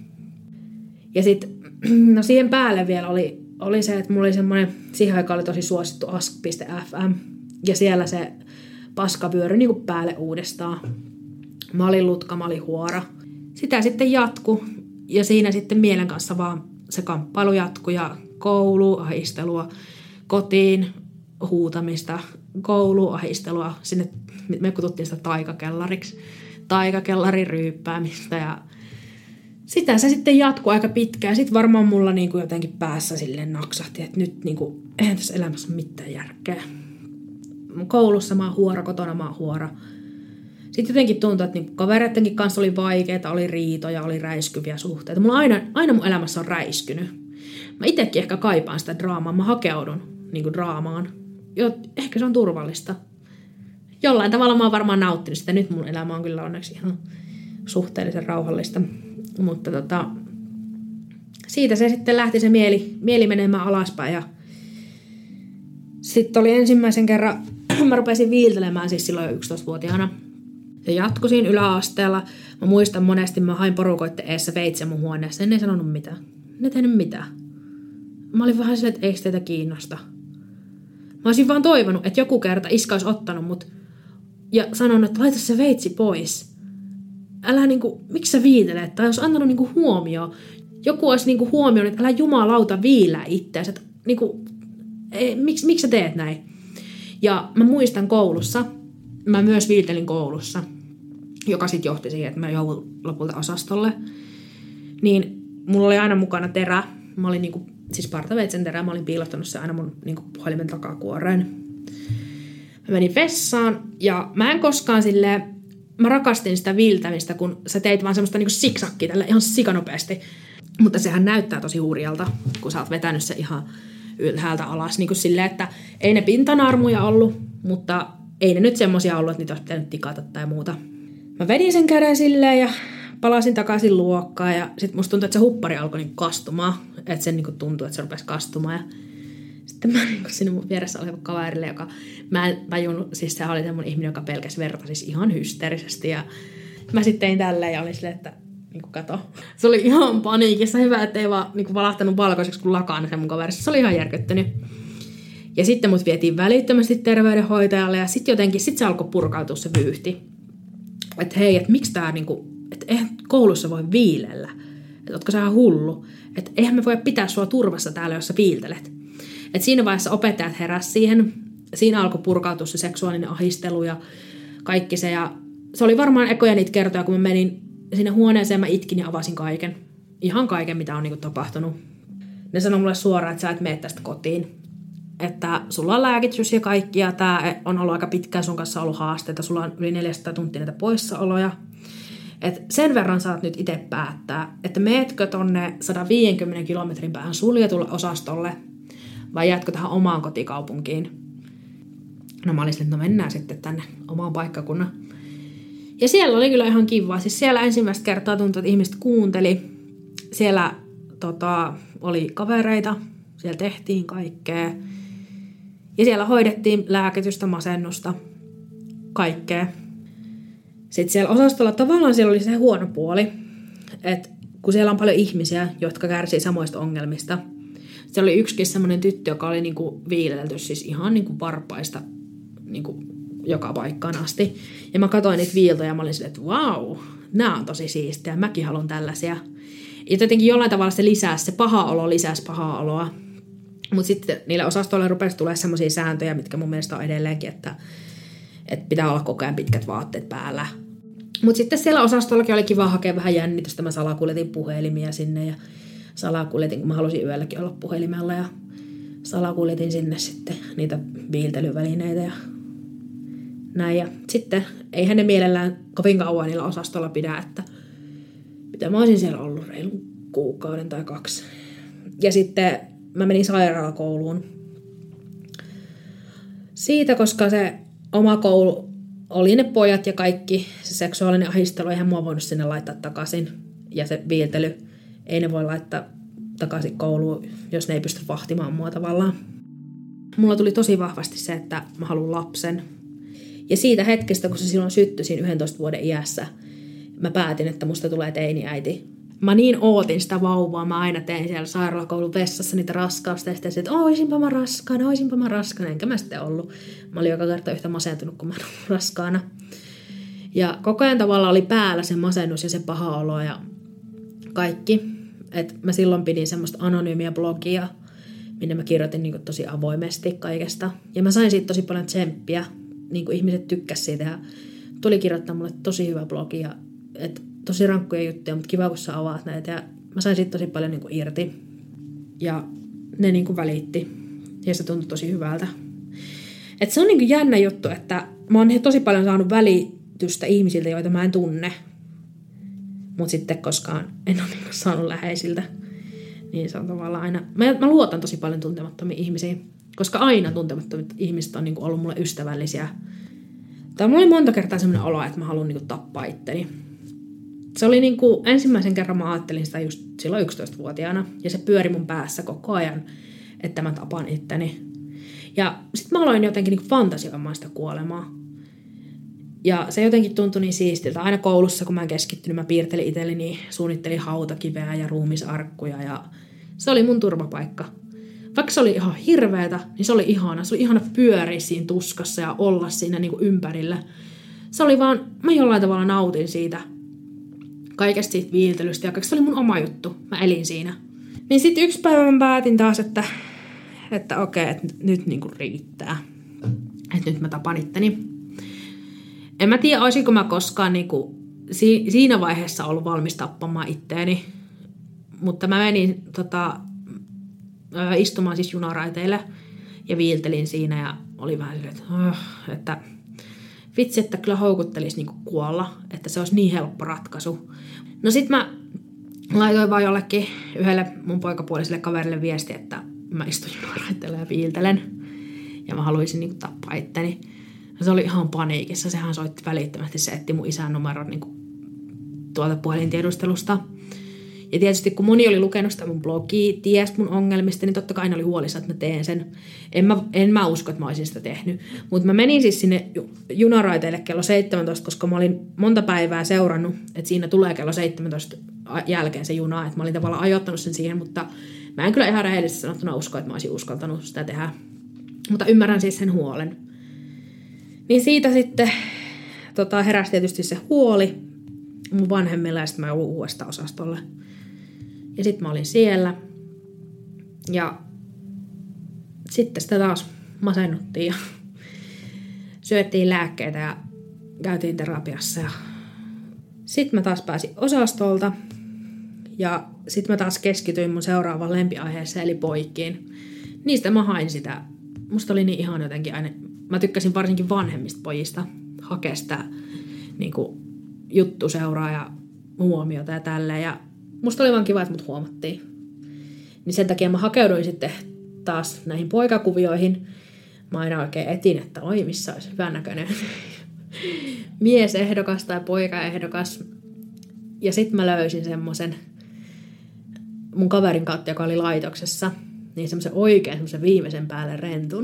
Ja sitten no siihen päälle vielä oli, oli se, että mulla oli semmoinen, siihen aikaan oli tosi suosittu ask piste f m ja siellä se paska vyöry niin kuin päälle uudestaan. Mä olin lutka, mä olin huora. Sitä sitten jatkui ja siinä sitten mielen kanssa vaan se kamppailu jatkui ja koulu, ahistelua, kotiin, huutamista, koulu, ahistelua. Sinne me kutsuttiin sitä taikakellariksi. Taikakellarin ryyppäämistä ja sitä se sitten jatkuu aika pitkään. Sitten varmaan mulla niinku jotenkin päässä silleen naksahti, että nyt niinku, eihän tässä elämässä ole mitään järkeä. Koulussa mä oon huora, kotona mä oon huora. Sitten jotenkin tuntui, että niinku kavereidenkin kanssa oli vaikeita, oli riitoja, oli räiskyviä suhteita. Mulla aina, aina mun elämässä on räiskynyt. Mä itsekin ehkä kaipaan sitä draamaa. Mä hakeudun niinku draamaan. Jo, ehkä se on turvallista. Jollain tavalla mä oon varmaan nauttinut sitä. Nyt mun elämä on kyllä onneksi ihan suhteellisen rauhallista. Mutta tota, siitä se sitten lähti se mieli, mieli menemään alaspäin. Ja sitten oli ensimmäisen kerran, mä rupesin viiltelemään siis silloin jo yksitoistavuotiaana. Se jatkui siinä yläasteella. Mä muistan monesti, mä hain porukoitten eessä veitsiä mun huoneessa. En ei sanonut mitään. Ne ei tehnyt mitään. Mä olin vähän silleen, että eikö teitä kiinnosta. Mä olisin vaan toivonut, että joku kerta iskä olisi ottanut mut ja sanonut, että laita se veitsi pois. Älä niinku, miksi sä viitelet? Tai jos antanut niinku huomioon. Joku olisi niinku huomioon, että älä jumalauta viilää itseäsi. Että niinku, ei, miksi, miksi sä teet näin? Ja mä muistan koulussa, mä myös viiltelin koulussa, joka sitten johti siihen, että mä joudun lopulta osastolle. Niin mulla oli aina mukana terä. Mä olin niinku, siis partaveitsen terä, mä olin piilottanut se aina mun niinku puhelimen takakuoreen. Mä menin vessaan ja mä en koskaan silleen, mä rakastin sitä viiltämistä, kun sä teit vaan semmoista niinku siksakkia tällä ihan sikanopeasti. Mutta sehän näyttää tosi hurjalta, kun sä oot vetänyt se ihan ylhäältä alas. Niin kuin silleen, että ei ne pintanarmuja ollut, mutta ei ne nyt semmosia ollut, että niitä olisi pitänyt tikata tai muuta. Mä vedin sen käden silleen ja palasin takaisin luokkaan ja sit musta tuntui, että se huppari alkoi niinku kastumaan. Että se niinku tuntui, että se rupesi kastumaan ja sitten mä niinku sinne mun vieressä oleva kaverille, joka mä en tajunnut, siis se oli semmoinen ihminen, joka pelkäsi verta siis ihan hysteerisesti ja mä sitten tein tälleen ja olin silleen, että niinku kato. Se oli ihan paniikissa. Hyvä, ettei vaan niinku valahtanut valkoiseksi kuin lakana sen mun kaverissa. Se oli ihan järkyttynyt. Ja sitten mut vietiin välittömästi terveydenhoitajalle ja sitten jotenkin, sit se alkoi purkautua se vyyhti. Että hei, että miksi tää niinku, että eihän koulussa voi viilellä. Että ootko sä ihan hullu. Että eihän me voi pitää sua turvassa täällä, jos sä viiltelet. Että siinä vaiheessa opettajat heräs siihen. Siinä alkoi purkautua se seksuaalinen ahistelu ja kaikki se. Ja se oli varmaan ekoja niitä kertoja, kun mä menin sinne huoneeseen, mä itkin ja avasin kaiken. Ihan kaiken, mitä on niinku tapahtunut. Ne sanoi mulle suoraan, että sä et mene tästä kotiin. Että sulla on lääkitys ja kaikki, ja tää on ollut aika pitkään sun kanssa ollut haasteita. Sulla on yli neljäsataa tuntia näitä poissaoloja. Et sen verran saat nyt itse päättää, että meetkö tonne sata viisikymmentä kilometrin päähän suljetulle osastolle, vai jäätkö tähän omaan kotikaupunkiin. No mä olin sille, että no mennään sitten tänne omaan paikkakunnan. Ja siellä oli kyllä ihan kivaa. Siis siellä ensimmäistä kertaa tuntui, että ihmiset kuunteli. Siellä tota, oli kavereita. Siellä tehtiin kaikkea. Ja siellä hoidettiin lääkitystä, masennusta, kaikkea. Sitten siellä osastolla tavallaan siellä oli se huono puoli. Että kun siellä on paljon ihmisiä, jotka kärsii samoista ongelmista. Siellä oli yksikin semmoinen tyttö, joka oli niinku viilelty siis ihan niinku varpaista niinku joka paikkaan asti. Ja mä katsoin niitä viiltoja ja mä olin silleen, että vau, nämä on tosi siistiä, mäkin haluan tällaisia. Ja jotenkin jollain tavalla se lisäsi, se paha olo lisäsi pahaa oloa. Mutta sitten niille osastoille rupesi tulemaan semmoisia sääntöjä, mitkä mun mielestä on edelleenkin, että, että pitää olla koko ajan pitkät vaatteet päällä. Mutta sitten siellä osastollakin oli kiva hakea vähän jännitystä. Mä salakuljetin puhelimia sinne ja salakuljetin, kun mä halusin yölläkin olla puhelimella ja salakuljetin sinne sitten niitä viiltelyvälineitä ja näin. Ja sitten eihän ne mielellään kovin kauan niillä osastolla pidä, että mitä mä olisin siellä ollut reilun kuukauden tai kaksi. Ja sitten mä menin sairaalakouluun. Siitä, koska se oma koulu oli ne pojat ja kaikki, se seksuaalinen ahistelu, eihän mua voinut sinne laittaa takaisin. Ja se viiltely, ei ne voi laittaa takaisin kouluun, jos ne ei pysty vahtimaan mua tavallaan. Mulla tuli tosi vahvasti se, että mä haluan lapsen. Ja siitä hetkestä, kun se silloin syttyi siinä yhdentoista vuoden iässä, mä päätin, että musta tulee teini-äiti. Mä niin ootin sitä vauvaa, mä aina tein siellä sairaalakoulun vessassa niitä raskaustestejä, että oisinpa mä raskaana, oisinpa mä raskaana, enkä mä sitten ollut. Mä olin joka kerta yhtä masentunut, kun mä en ollut raskaana. Ja koko ajan tavalla oli päällä se masennus ja se paha olo ja kaikki. Et mä silloin pidin semmoista anonyymiä blogia, minne mä kirjoitin niin kuin tosi avoimesti kaikesta. Ja mä sain siitä tosi paljon tsemppiä, niin kuin ihmiset tykkäsivät siitä ja tuli kirjoittaa mulle tosi hyvä blogi ja et tosi rankkuja juttuja, mutta kiva, kun sä avaat näitä. Ja mä sain siitä tosi paljon niin kuin irti. Ja ne niin kuin välitti. Ja se tuntui tosi hyvältä. Et se on niin kuin jännä juttu, että mä oon tosi paljon saanut välitystä ihmisiltä, joita mä en tunne. Mutta sitten koskaan en ole niin kuin saanut läheisiltä. Niin se on tavallaan aina... Mä, mä luotan tosi paljon tuntemattomiin ihmisiin. Koska aina tuntemattomat ihmiset on niin kuin ollut mulle ystävällisiä. Tai mulla oli monta kertaa sellainen olo, että mä haluan niin kuin tappaa itteni. Se oli niin kuin, ensimmäisen kerran mä ajattelin sitä just silloin yksitoistavuotiaana. Ja se pyöri mun päässä koko ajan, että mä tapan itteni. Ja sit mä aloin jotenkin niin kuin fantasioimaan sitä kuolemaa. Ja se jotenkin tuntui niin siistiltä. Aina koulussa, kun mä en keskittynyt, mä piirtelin itselleni, suunnittelin hautakiveä ja ruumisarkkuja. Ja se oli mun turvapaikka. Vaikka se oli ihan hirveetä, niin se oli ihana. Se oli ihana pyöriä siinä tuskassa ja olla siinä niin kuin ympärillä. Se oli vaan, mä jollain tavalla nautin siitä. Kaikesta siitä viiltelystä ja kaikesta. Se oli mun oma juttu. Mä elin siinä. Niin sitten yksi päivä mä päätin taas, että, että okei, että nyt niin kuin riittää. Että nyt mä tapan itteni. En mä tiedä, olisinko mä koskaan niin kuin si- siinä vaiheessa ollut valmis tappamaan itteeni. Mutta mä menin tota, istumaan siis junaraiteille ja viiltelin siinä ja oli vähän silleen, että, oh, että vitsi, että kyllä houkuttelisi niin kuin kuolla, että se olisi niin helppo ratkaisu. No sit mä laitoin vaan jollekin yhdelle mun poikapuoliselle kaverille viesti, että mä istun junaraiteille ja viiltelen ja mä haluaisin niin kuin tappaa itteni. Ja se oli ihan paniikissa. Sehän soitti välittömästi. Se etti mun isän numeron niin kuin tuolta puhelintiedustelusta. Ja tietysti kun moni oli lukenut sitä mun blogia, ties mun ongelmista, niin totta kai ne oli huolissa, että mä teen sen. En mä, en mä usko, että mä olisin sitä tehnyt. Mutta mä menin siis sinne junaraiteille kello seitsemäntoista, koska mä olin monta päivää seurannut, että siinä tulee kello seitsemäntoista jälkeen se juna. Että mä olin tavallaan ajoittanut sen siihen, mutta mä en kyllä ihan rehellisesti sanottuna usko, että mä olisin uskaltanut sitä tehdä. Mutta ymmärrän siis sen huolen. Niin siitä sitten tota, heräsi tietysti se huoli mun vanhemmilla ja sitten mä joudun uudestaan osastolle. Ja sitten mä olin siellä. Ja sitten sitä taas masennuttiin ja syöttiin lääkkeitä ja käytiin terapiassa. Ja sitten mä taas pääsin osastolta ja sitten mä taas keskityin mun seuraavaan lempiaiheeseen eli poikiin. Niistä mä hain sitä. Musta oli niin ihan jotenkin aina... Mä tykkäsin varsinkin vanhemmista pojista hakea sitä niin kuin, juttuseuraa ja huomiota ja tälleen. Ja musta oli vaan kiva, että mut huomattiin. Niin sen takia mä hakeuduin sitten taas näihin poikakuvioihin. Mä aina oikein etin, että oi missä olisi hyvännäköinen miesehdokas tai poikaehdokas. Ja sit mä löysin semmosen mun kaverin kautta, joka oli laitoksessa. Niin semmosen oikein semmosen viimeisen päälle rentun.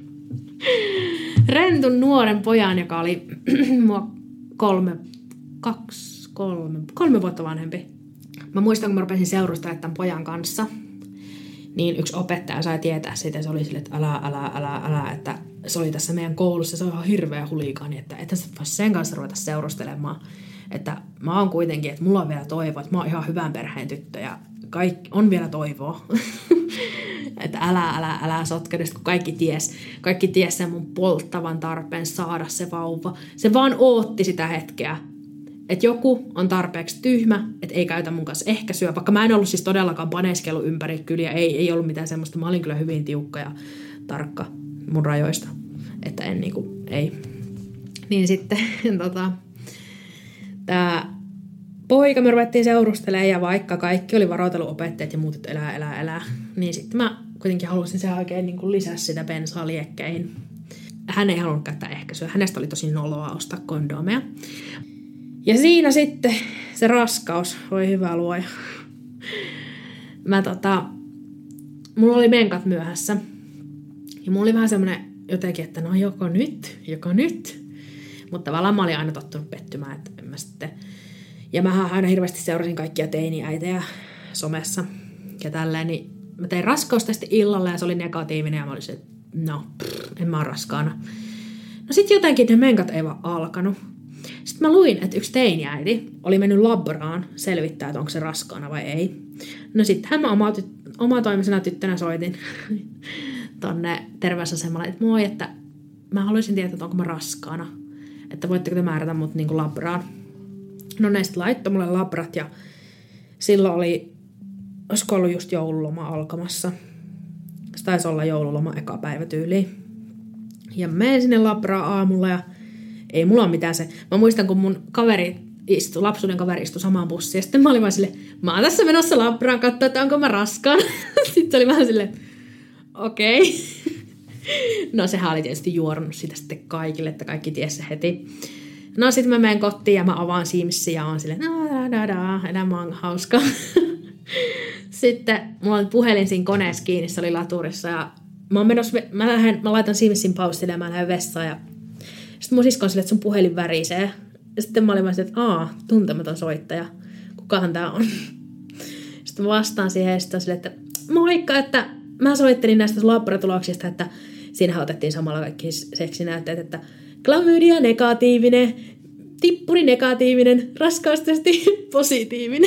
Rentun nuoren pojan, joka oli mua kolme, kaksi, kolme, kolme vuotta vanhempi. Mä muistan, kun mä rupesin seurustelemaan tämän pojan kanssa, niin yksi opettaja sai tietää siitä, ja se oli silleen, että älä, älä, älä, älä, että se oli tässä meidän koulussa, se on ihan hirveä huligaani, että et sä vois sen kanssa ruveta seurustelemaan. Että mä oon kuitenkin, että mulla on vielä toivoa, että mä oon ihan hyvän perheen tyttö, ja kaikki, on vielä toivoa. Että älä, älä, älä sotkeudesta, kun kaikki ties, kaikki ties sen mun polttavan tarpeen saada se vauva. Se vaan ootti sitä hetkeä, että joku on tarpeeksi tyhmä, että ei käytä mun kanssa ehkäisyä. Vaikka mä en ollut siis todellakaan paneiskellut ympäri kyliä, ei, ei ollut mitään semmoista. Mä olin kyllä hyvin tiukka ja tarkka mun rajoista, että en niinku, ei. Niin sitten tota, tää poika me ruvettiin seurustelemaan ja vaikka kaikki oli varoitellut opettajat ja muut, että elää, elää, elää, niin sitten mä kuitenkin halusin se oikein niin kuin lisätä sitä bensaa liekkeihin. Hän ei halunnut käyttää ehkäisyä. Hänestä oli tosi noloa ostaa kondomeja. Ja siinä sitten se raskaus. Voi hyvä luoja. Mä tota, mulla oli menkat myöhässä. Ja mulla oli vähän semmoinen jotenkin, että no joko nyt, joko nyt. Mutta tavallaan mä olin aina tottunut pettymään, että en mä sitten... Ja mä aina hirveästi seurasin kaikkia teiniäitejä somessa ja tälleen, niin mä tein raskaustesti illalla ja se oli negatiivinen ja mä olisin, että no, pff, en mä ole raskaana. No sit jotenkin ne menkat ei vaan alkanut. Sitten mä luin, että yksi teiniäiti oli mennyt laboraan selvittää, että onko se raskaana vai ei. No sittenhän mä oma, tyt- omatoimisena tyttönä soitin tonne terveysasemalle, että moi, että mä haluaisin tietää, että onko mä raskaana. Että voitteko te määrätä mut niinku labraan. No ne sitten laittoi mulle labrat ja silloin oli, olisiko ollut just joululoma alkamassa. Se taisi olla joululoma eka päivä tyyliin. Ja menen sinne labraan aamulla ja ei mulla ole mitään se. Mä muistan, kun mun kaveri istui, lapsuuden kaveri istui samaan bussiin. Ja sitten mä olin vaan silleen, mä oon tässä menossa labraan katsoa, että onko mä raskaan. Sitten oli vähän silleen, okei. Okay. No sehän oli tietysti juorunut sitä sitten kaikille, että kaikki tiesi se heti. No sit mä menen kotiin ja mä avaan Simsia ja oon silleen, da da da, elämä on hauska. Sitten mulla oli puhelin siinä koneessa kiinni, se oli laturissa ja mä, oon menossa, mä, lähden, mä laitan Simsin paustille ja mä lähden vessaan ja sitten mun sisko on silleen, että sun puhelin värisee. Ja sitten mä olin vaan silleen, että aah, tuntematon soittaja, kukahan tää on. Sitten mä vastaan siihen ja sitten on silleen, että moikka, että mä soittelin näistä laboratuloksista, että siinähän otettiin samalla kaikki seksinäytteet, että klamydia negatiivinen, tippuri negatiivinen, raskaustesti positiivinen.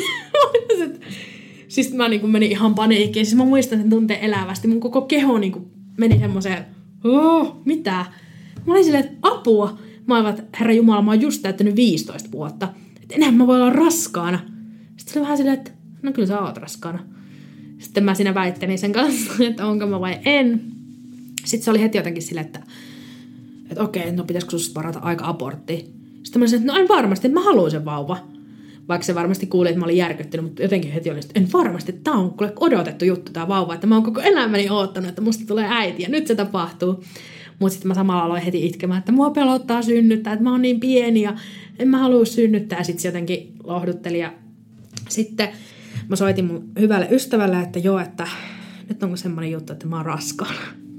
Siis mä niin menin ihan paniikkiin. Siis mä muistan sen tunteen elävästi. Mun koko keho niin meni semmoiseen, oh, mitä? Mä olin silleen, että apua. Mä olin, että herra Jumala, mä oon just täyttänyt viisitoista vuotta. Että enää mä voin olla raskaana. Sitten se oli vähän silleen, että no kyllä sä oot raskaana. Sitten mä siinä väittelin sen kanssa, että onko mä vai en. Sitten se oli heti jotenkin silleen, että, että okei, no pitäisikö susta varata aika aborttiin. Sitten mä sanoin, että no en varmasti, että mä haluan sen vauva. Vaikka se varmasti kuuli, että mä olin järkyttynyt, mutta jotenkin heti oli, että en varmasti, että tää on odotettu juttu tää vauva, että mä oon koko elämäni oottanut, että musta tulee äiti ja nyt se tapahtuu. Mutta sitten mä samalla aloin heti itkemään, että mua pelottaa synnyttää, että mä oon niin pieni ja en mä halua synnyttää. Sitten se jotenkin lohdutteli ja sitten mä soitin mun hyvälle ystävälle, että joo, että nyt onko semmoinen juttu, että mä oon raskaana.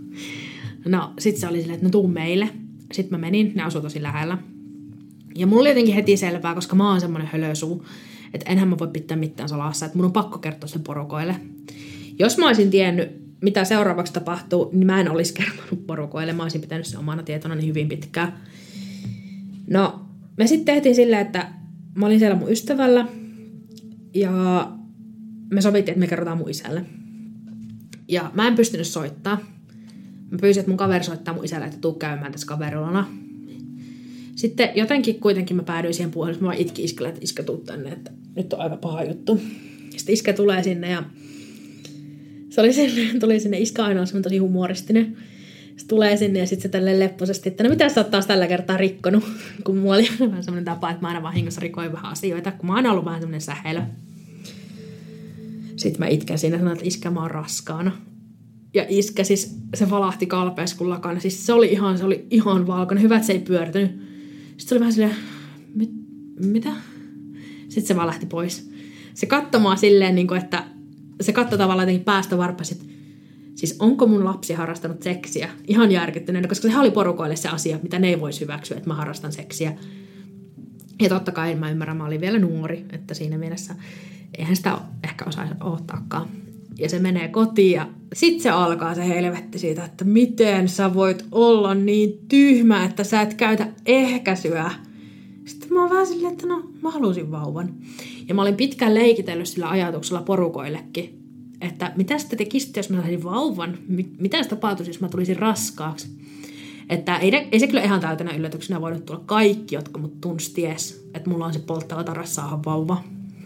No sit se oli silleen, että no tuu meille. Sitten mä menin, ne asui tosi lähellä. Ja mulla oli jotenkin heti selvää, koska mä oon semmoinen hölösuu, että enhän mä voi pitää mitään salassa, että mun on pakko kertoa sen porukoille. Jos mä olisin tiennyt, mitä seuraavaksi tapahtuu, niin mä en olisi kertonut porukoille. Mä olisin pitänyt sen omana tietona niin hyvin pitkään. No, me sitten tehtiin silleen, että mä olin siellä mun ystävällä ja me sovittiin, että me kerrotaan mun isälle. Ja mä en pystynyt soittaa. Mä pyysin, että mun kaveri soittaa mun isälle, että tuu käymään tässä kaverilona. Sitten jotenkin kuitenkin mä päädyin siihen puolelle, että mä vaan itkin iskellä, että iskä tuu tänne, että nyt on aika paha juttu. Sitten iskä tulee sinne ja se oli sinne, tuli sinne, iskä aina on semmoinen tosi humoristinen. Se tulee sinne ja sitten se tälleen lepposesti, että no mitä sä oot taas tällä kertaa rikkonut, kun mulla oli vähän semmoinen tapa, että mä aina vahingossa rikoin vähän asioita, kun mä oon aina ollut vähän semmoinen sähelö. Sitten mä itken siinä ja sanoin, että iskä mä oon raskaana. Ja iskä siis, se valahti kalpeessa kun lakana. Siis se oli ihan, se oli ihan valkoinen. Hyvä, että se ei pyörtynyt. Sitten se oli vähän silleen, Mit, mitä? Sitten se vaan lähti pois. Se katsoi mua silleen, niin kuin, että se katsoi tavallaan jotenkin päästä varpasit. Siis onko mun lapsi harrastanut seksiä? Ihan järkyttyneenä, koska sehän oli porukoille se asia, mitä ne ei voisi hyväksyä, että mä harrastan seksiä. Ja totta kai en mä ymmärrä, mä olin vielä nuori, että siinä mielessä eihän sitä ehkä osaisi odottaakaan. Ja se menee kotiin ja sit se alkaa se helvetti siitä, että miten sä voit olla niin tyhmä, että sä et käytä ehkäisyä. Sitten mä oon vähän silleen, että no mä halusin vauvan. Ja mä olin pitkään leikitellyt sillä ajatuksella porukoillekin, että mitä sitten tekisitte, jos mä saisin vauvan? Mitä se tapahtuisi, jos mä tulisin raskaaksi? Että ei, ei se kyllä ihan täytänä yllätyksenä voinut tulla kaikki, jotka mut tunsi ties, että mulla on se polttava tarras saada vauva.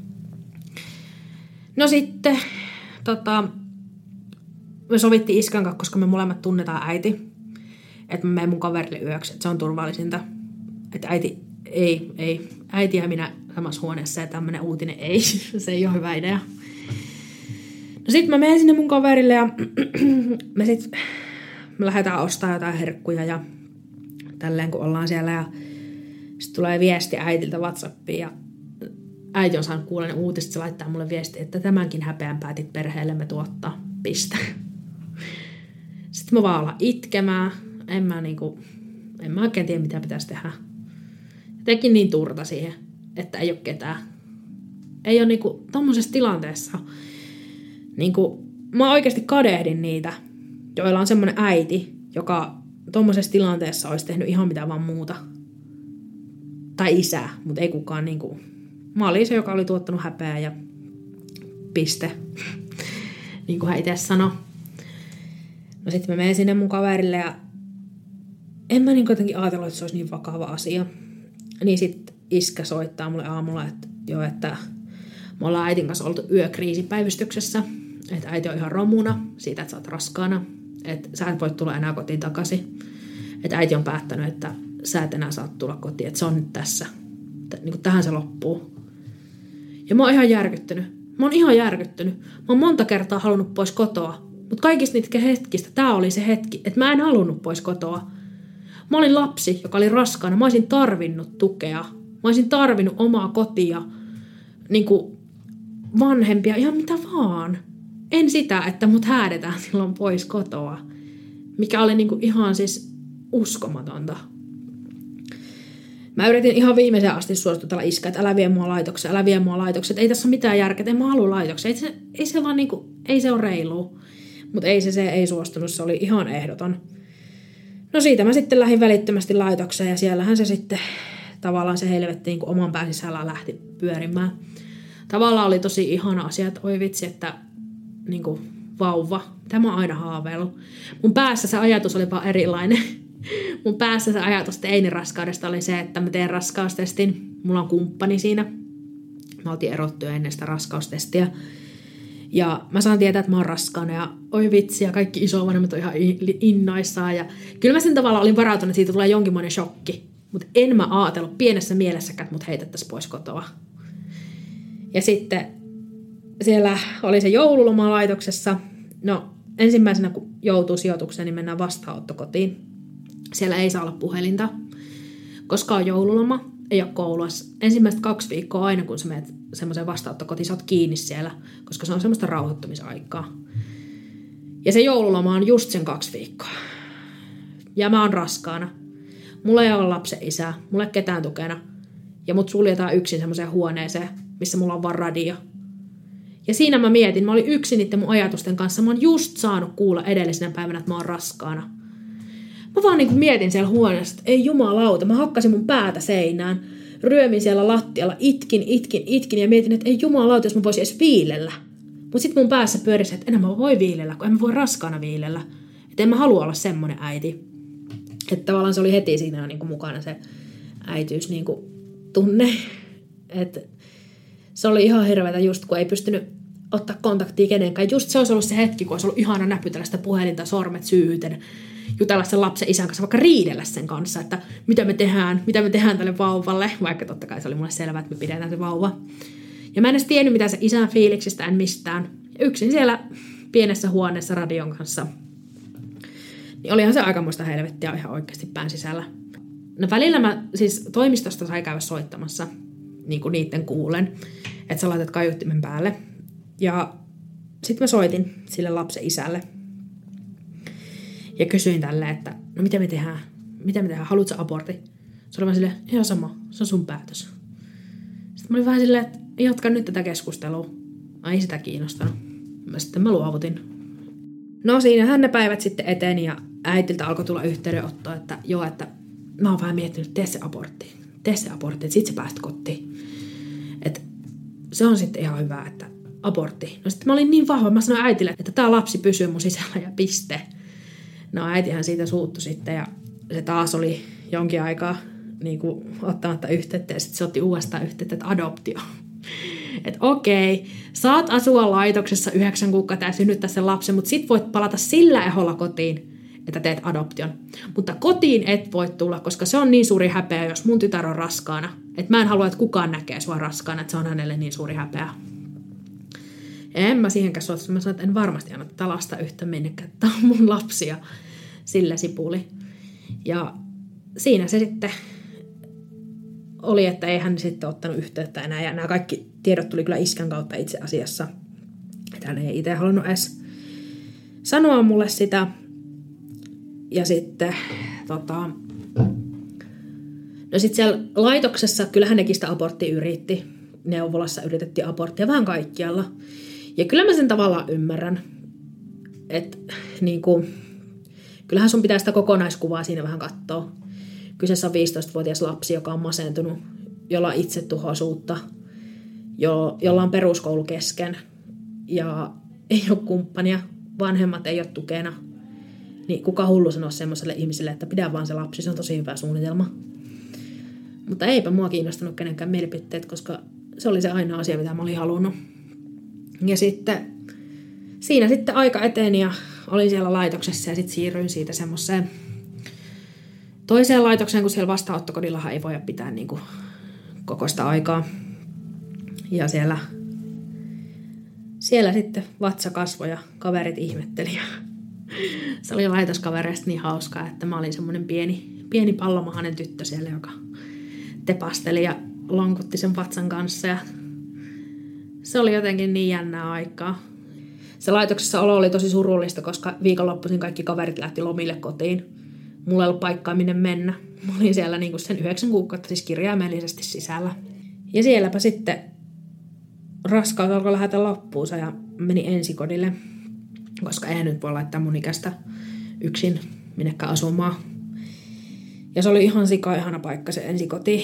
No sitten tota, me sovittiin iskän kanssa, koska me molemmat tunnetaan äiti. Että mä menen mun kaverille yöksi, että se on turvallisinta. Että äiti, ei, ei, äiti ja minä samassa huoneessa ja tämmönen uutinen ei, se ei ole hyvä idea. No sit mä menen sinne mun kaverille ja me sit me lähdetään ostamaan jotain herkkuja ja tälleen kun ollaan siellä ja sit tulee viesti äitiltä WhatsAppiin ja äiti on saanut kuulla ne uutiset, se laittaa mulle viesti, että tämänkin häpeän päätit perheellemme tuottaa, piste. Sitten mä vaan alan itkemään, en mä niinku, en mä oikein tiedä mitä pitäisi tehdä. Tekin niin turta siihen, että ei ole ketään. Ei ole niinku tommosessa tilanteessa. Niinku, mä oikeasti kadehdin niitä, joilla on semmoinen äiti, joka tommosessa tilanteessa olisi tehnyt ihan mitä vaan muuta. Tai isä, mutta ei kukaan niinku. Mä olin se, joka oli tuottanut häpeää ja piste. Niin kuin hän itse sanoi. No sitten mä menen sinne mun kaverille ja en mä niin jotenkin ajatellut, että se olisi niin vakava asia. Niin sitten iskä soittaa mulle aamulla, että joo, että me ollaan äitin kanssa oltu yökriisipäivystyksessä, että äiti on ihan romuna siitä, että sä oot raskaana, että sä et voi tulla enää kotiin takaisin, että äiti on päättänyt, että sä et enää saa tulla kotiin, että se on nyt tässä, niin kuin tähän se loppuu. Ja mä oon ihan järkyttynyt, mä oon ihan järkyttynyt, mä oon monta kertaa halunnut pois kotoa, mutta kaikista niitä hetkistä tää oli se hetki, että mä en halunnut pois kotoa. Mä olin lapsi, joka oli raskaana, mä olisin tarvinnut tukea, mä olisin tarvinnut omaa kotia, niin kuin vanhempia, ihan mitä vaan. En sitä, että mut häädetään silloin pois kotoa, mikä oli niin kuin ihan siis uskomatonta. Mä yritin ihan viimeisen asti suostutella iskä, että älä vie mua laitokseen, älä vie mua laitokseen. Ei tässä ole mitään järkeä, en mä halua laitokseen. Ei se, ei se vaan niinku, ei se ole reilua. Mutta ei se, se ei suostunut, se oli ihan ehdoton. No siitä mä sitten lähdin välittömästi laitokseen ja siellähän se sitten tavallaan se helvetti niin kuin oman pään sisällä lähti pyörimään. Tavallaan oli tosi ihana asia, että oi vitsi, että niin kuin vauva, mitä mä oon aina haaveillut. Mun päässä se ajatus oli vaan erilainen. Mun päässä se ajatus teiniraskaudesta oli se, että mä teen raskaustestin. Mulla on kumppani siinä. Mä oltiin erottu ennen sitä raskaustestiä. Ja mä saan tietää, että mä oon raskaana ja oi vitsi ja kaikki isovanhemmat on ihan innoissaan. Ja kyllä mä sen tavalla olin varautunut, että siitä tulee jonkinmoinen shokki. Mutta en mä ajatellut pienessä mielessäkään, että mut heitettäisiin pois kotoa. Ja sitten siellä oli se joululoma laitoksessa. No ensimmäisenä kun joutuu sijoitukseen, niin mennään vastaanottokotiin. Siellä ei saa olla puhelinta, koska on joululoma, ei ole koulua. Ensimmäiset kaksi viikkoa aina, kun sä menet semmoiseen vastaanottokotiin, sä oot kiinni siellä, koska se on semmoista rauhoittumisaikaa. Ja se joululoma on just sen kaksi viikkoa. Ja mä oon raskaana. Mulla ei ole lapsen isää, mulla ei ole ketään tukena. Ja mut suljetaan yksin semmoiseen huoneeseen, missä mulla on vaan radio. Ja siinä mä mietin, mä olin yksin niiden mun ajatusten kanssa. Mä oon just saanut kuulla edellisenä päivänä, että mä oon raskaana. Mä vaan niin mietin siellä huoneessa, että ei jumalauta, mä hakkasin mun päätä seinään, ryömin siellä lattialla, itkin, itkin, itkin ja mietin, että ei jumalauta, jos mä voisin edes viilellä. Mutta sitten mun päässä pyörisi, että enää mä voi viilellä, kun en mä voi raskaana viilellä. Että en mä halua olla semmonen äiti. Että tavallaan se oli heti siinä niin kuin mukana se äitiys niin kuin tunne. Että se oli ihan hirveätä just, kun ei pystynyt ottaa kontaktia kenenkään. Just se olisi ollut se hetki, kun olisi ollut ihana näpytellä sitä puhelinta, sormet syyhyten, jutella sen lapsen isän kanssa, vaikka riidellä sen kanssa, että mitä me tehdään, mitä me tehdään tälle vauvalle, vaikka totta kai se oli mulle selvää, että me pidetään se vauva. Ja mä en edes tiennyt, mitä se isän fiiliksistä, en mistään. Ja yksin siellä pienessä huoneessa radion kanssa. Niin olihan se aikamoista helvettiä ihan oikeasti pään sisällä. No välillä mä siis toimistosta sai käydä soittamassa, niin kuin niitten kuulen, että sä laitat kaiuttimen päälle. Ja sitten mä soitin sille lapsen isälle. Ja kysyin tälleen, että no mitä me tehdään? Mitä me tehdään? Haluatko abortti? Se oli vaan silleen, ihan sama, se on sun päätös. Sitten mä olin vähän silleen, että jatka nyt tätä keskustelua. Ai sitä kiinnostanut. Mä sitten mä luovutin. No siinähän ne päivät sitten eteni ja äitiltä alkoi tulla yhteydenottoa, että joo, että mä oon vähän miettinyt, tee se abortti. Tee se abortti, että sit sä pääst kotiin. Että se on sitten ihan hyvä, että abortti. No sitten mä olin niin vahva, mä sanoin äitille, että tää lapsi pysyy mun sisällä ja piste. No äitihän siitä suuttui sitten ja se taas oli jonkin aikaa niin kuin ottamatta yhteyttä ja sitten se otti uudestaan yhteyttä, että adoptio. Että okei, saat asua laitoksessa yhdeksän kuukautta ja synnyttää sen lapsen, mutta sit voit palata sillä eholla kotiin, että teet adoption. Mutta kotiin et voi tulla, koska se on niin suuri häpeä, jos mun tytär on raskaana. Että mä en halua, että kukaan näkee sua raskaana, että se on hänelle niin suuri häpeä. En mä siihenkään suostu. Mä sanoin, että en varmasti anna tätä lasta yhtä minnekään. Tämä on mun lapsi ja sillä sipuli. Ja siinä se sitten oli, että ei hän sitten ottanut yhteyttä enää. Ja nämä kaikki tiedot tuli kyllä iskän kautta itse asiassa. Että hän ei itse halunnut edes sanoa mulle sitä. Ja sitten tota, no sitten siellä laitoksessa kyllähän nekin sitä aborttia yritti. Neuvolassa yritettiin aborttia vähän kaikkialla. Ja kyllä mä sen tavallaan ymmärrän, että niin kuin, kyllähän sun pitää sitä kokonaiskuvaa siinä vähän katsoa. Kyseessä on viisitoistavuotias lapsi, joka on masentunut, jolla on itsetuhoisuutta, jo, jolla on peruskoulu kesken ja ei ole kumppania, vanhemmat ei ole tukena. Niin kuka hullu sanoa semmoiselle ihmiselle, että pidä vaan se lapsi, se on tosi hyvä suunnitelma. Mutta eipä mua kiinnostanut kenenkään mielipiteet, koska se oli se ainoa asia, mitä mä olin halunnut. Ja sitten siinä sitten aika eteni ja olin siellä laitoksessa ja sitten siirryin siitä semmoiseen toiseen laitokseen, kun siellä vastaanottokodillahan ei voida pitää niin kuin kokoista aikaa. Ja siellä, siellä sitten vatsa kasvoi ja kaverit ihmetteli. Se oli laitoskavereista niin hauskaa, että mä olin semmoinen pieni, pieni pallomahainen tyttö siellä, joka tepasteli ja lonkutti sen vatsan kanssa. Ja se oli jotenkin niin jännää aikaa. Se laitoksessa olo oli tosi surullista, koska viikonloppuisin kaikki kaverit lähti lomille kotiin. Mulla ei ollut paikkaa minne mennä. Mä olin siellä niinku sen yhdeksän kuukautta siis kirjaimellisesti sisällä. Ja sielläpä sitten raskaus alkoi lähetä loppuunsa ja meni ensikodille, koska eihän nyt voi laittaa mun ikäistä yksin minnekään asumaan. Ja se oli ihan sika ihana paikka se ensikoti.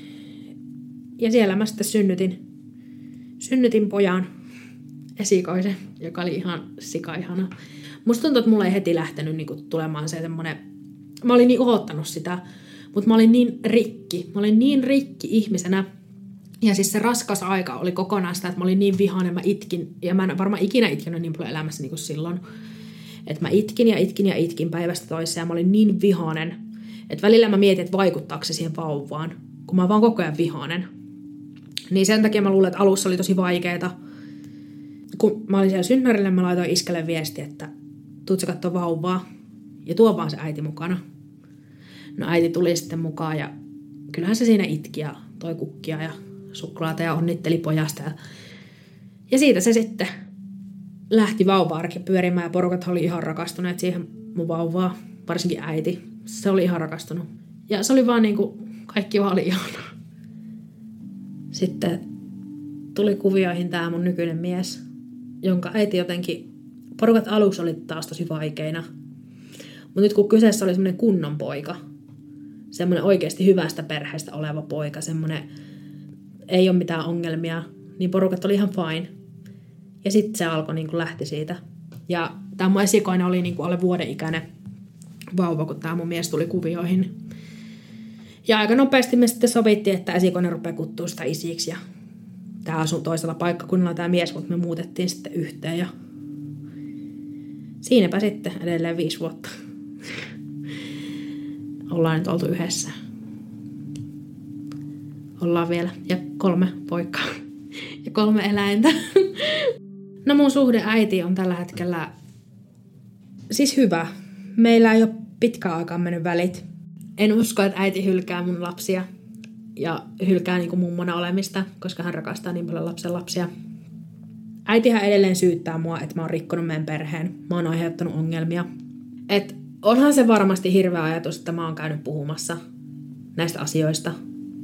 Ja siellä mä sitten synnytin, synnytin pojan, esikoisen, joka oli ihan sika ihana. Musta tuntuu, että mulla ei heti lähtenyt niinku tulemaan se semmonen, mä olin niin uhottanut sitä, mutta mä olin niin rikki. Mä olin niin rikki ihmisenä. Ja siis se raskas aika oli kokonaan sitä, että mä olin niin vihainen, mä itkin. Ja mä en varmaan ikinä itkenyt niin paljon elämässä niin kuin silloin. Että mä itkin ja itkin ja itkin päivästä toiseen. Ja mä olin niin vihainen, että välillä mä mietin, että vaikuttaako se siihen vauvaan. Kun mä oon vaan koko ajan vihainen. Niin sen takia mä luulen, että alussa oli tosi vaikeeta. Kun mä olin siellä synnärillä, mä laitoin iskelle viesti, että tuut sä kattoo vauvaa. Ja tuo vaan se äiti mukana. No äiti tuli sitten mukaan ja kyllähän se siinä itki ja toi kukkia ja suklaata ja onnitteli pojasta. Ja, ja siitä se sitten lähti vauva-arki pyörimään ja porukat oli ihan rakastuneet siihen mun vauvaa, varsinkin äiti. Se oli ihan rakastunut. Ja se oli vaan niin kuin, kaikki vaan oli ihanaa. Sitten tuli kuvioihin tää mun nykyinen mies, jonka äiti jotenkin, porukat aluksi oli taas tosi vaikeina. Mutta nyt kun kyseessä oli semmoinen kunnon poika, semmoinen oikeasti hyvästä perheestä oleva poika, semmoinen ei ole mitään ongelmia, niin porukat oli ihan fine. Ja sitten se alkoi niin kuin lähti siitä. Ja tämä mun esikoinen oli niin kuin alle vuoden ikäinen vauva, kun tämä mun mies tuli kuvioihin. Ja aika nopeasti me sitten sovittiin, että esikoinen rupeaa kuttua sitä isiksi. Ja tämä asui toisella paikkakunnalla tämä mies, mutta me muutettiin sitten yhteen. Ja siinäpä sitten edelleen viisi vuotta. Ollaan nyt oltu yhdessä. Ollaan vielä. Ja kolme poikaa. Ja kolme eläintä. No mun suhde äiti on tällä hetkellä siis hyvä. Meillä ei ole pitkään aikaan mennyt välit. En usko, että äiti hylkää mun lapsia. Ja hylkää niin kuin mummona olemista, koska hän rakastaa niin paljon lapsen lapsia. Äitihän edelleen syyttää mua, että mä oon rikkonut meidän perheen. Mä oon aiheuttanut ongelmia. Et onhan se varmasti hirveä ajatus, että mä oon käynyt puhumassa näistä asioista.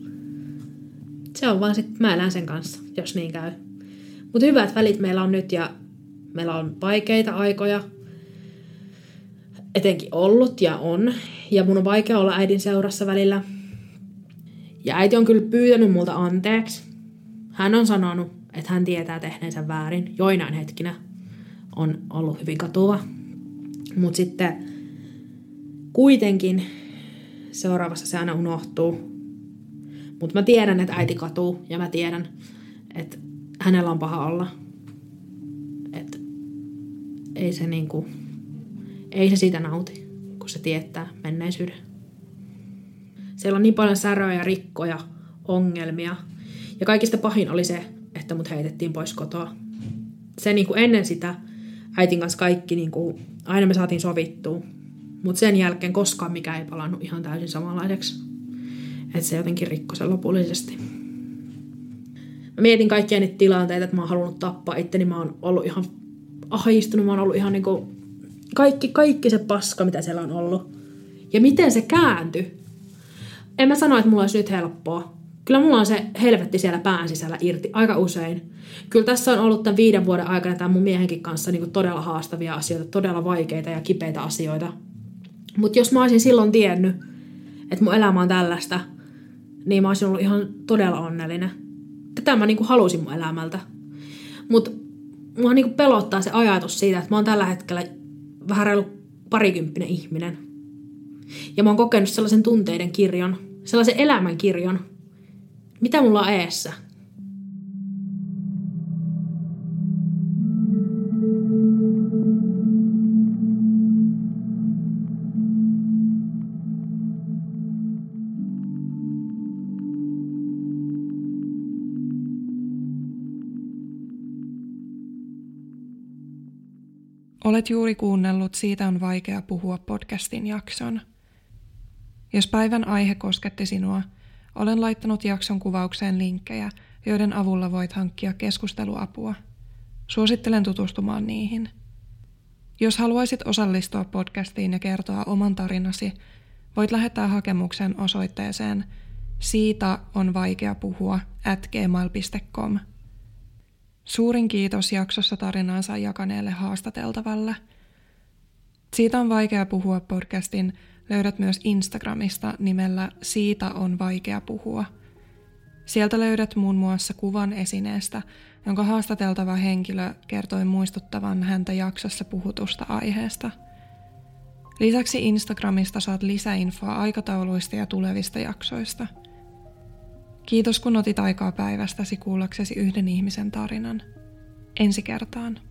Se on vaan sit, mä elän sen kanssa, jos niin käy. Mutta hyvät välit meillä on nyt ja meillä on vaikeita aikoja. Etenkin ollut ja on. Ja mun on vaikea olla äidin seurassa välillä. Ja äiti on kyllä pyytänyt multa anteeksi. Hän on sanonut, että hän tietää tehneensä väärin. Joinain hetkinä on ollut hyvin katuva. Mutta sitten kuitenkin seuraavassa se aina unohtuu. Mutta mä tiedän, että äiti katuu ja mä tiedän, että hänellä on paha olla. Että ei se niinku, ei se siitä nauti, kun se tietää menneisyyden. Siellä on niin paljon säröjä ja rikkoja, ongelmia. Ja kaikista pahin oli se, että mut heitettiin pois kotoa. Se niinku ennen sitä äitin kanssa kaikki, niinku, aina me saatiin sovittua. Mutta sen jälkeen koskaan mikä ei palannut ihan täysin samanlaiseksi. Että se jotenkin rikkoi sen lopullisesti. Mä mietin kaikkia niitä tilanteita, että mä oon halunnut tappaa itteni. Mä oon ollut ihan ahistunut. Mä oon ollut ihan niinku kaikki, kaikki se paska, mitä siellä on ollut. Ja miten se kääntyi. En mä sano, että mulla olisi nyt helppoa. Kyllä mulla on se helvetti siellä pään sisällä irti aika usein. Kyllä tässä on ollut tämän viiden vuoden aikana tämän mun miehenkin kanssa niinku todella haastavia asioita, todella vaikeita ja kipeitä asioita. Mutta jos mä olisin silloin tiennyt, että mun elämä on tällaista, niin mä olisin ollut ihan todella onnellinen. Tätä mä niinku halusin mun elämältä. Mutta mua niinku pelottaa se ajatus siitä, että mä oon tällä hetkellä vähän reilu parikymppinen ihminen. Ja mä oon kokenut sellaisen tunteiden kirjon, sellaisen elämän kirjon, Mitä mulla on eessä? Olet juuri kuunnellut Siitä on vaikea puhua podcastin jakson. Jos päivän aihe kosketti sinua, olen laittanut jakson kuvaukseen linkkejä, joiden avulla voit hankkia keskusteluapua. Suosittelen tutustumaan niihin. Jos haluaisit osallistua podcastiin ja kertoa oman tarinasi, voit lähettää hakemuksen osoitteeseen siitä on vaikea puhua at gmail piste com. Suurin kiitos jaksossa tarinaansa jakaneelle haastateltavalle. Siitä on vaikea puhua podcastin löydät myös Instagramista nimellä Siitä on vaikea puhua. Sieltä löydät muun muassa kuvan esineestä, jonka haastateltava henkilö kertoi muistuttavan häntä jaksossa puhutusta aiheesta. Lisäksi Instagramista saat lisäinfoa aikatauluista ja tulevista jaksoista. Kiitos kun otit aikaa päivästäsi kuullaksesi yhden ihmisen tarinan. Ensi kertaan.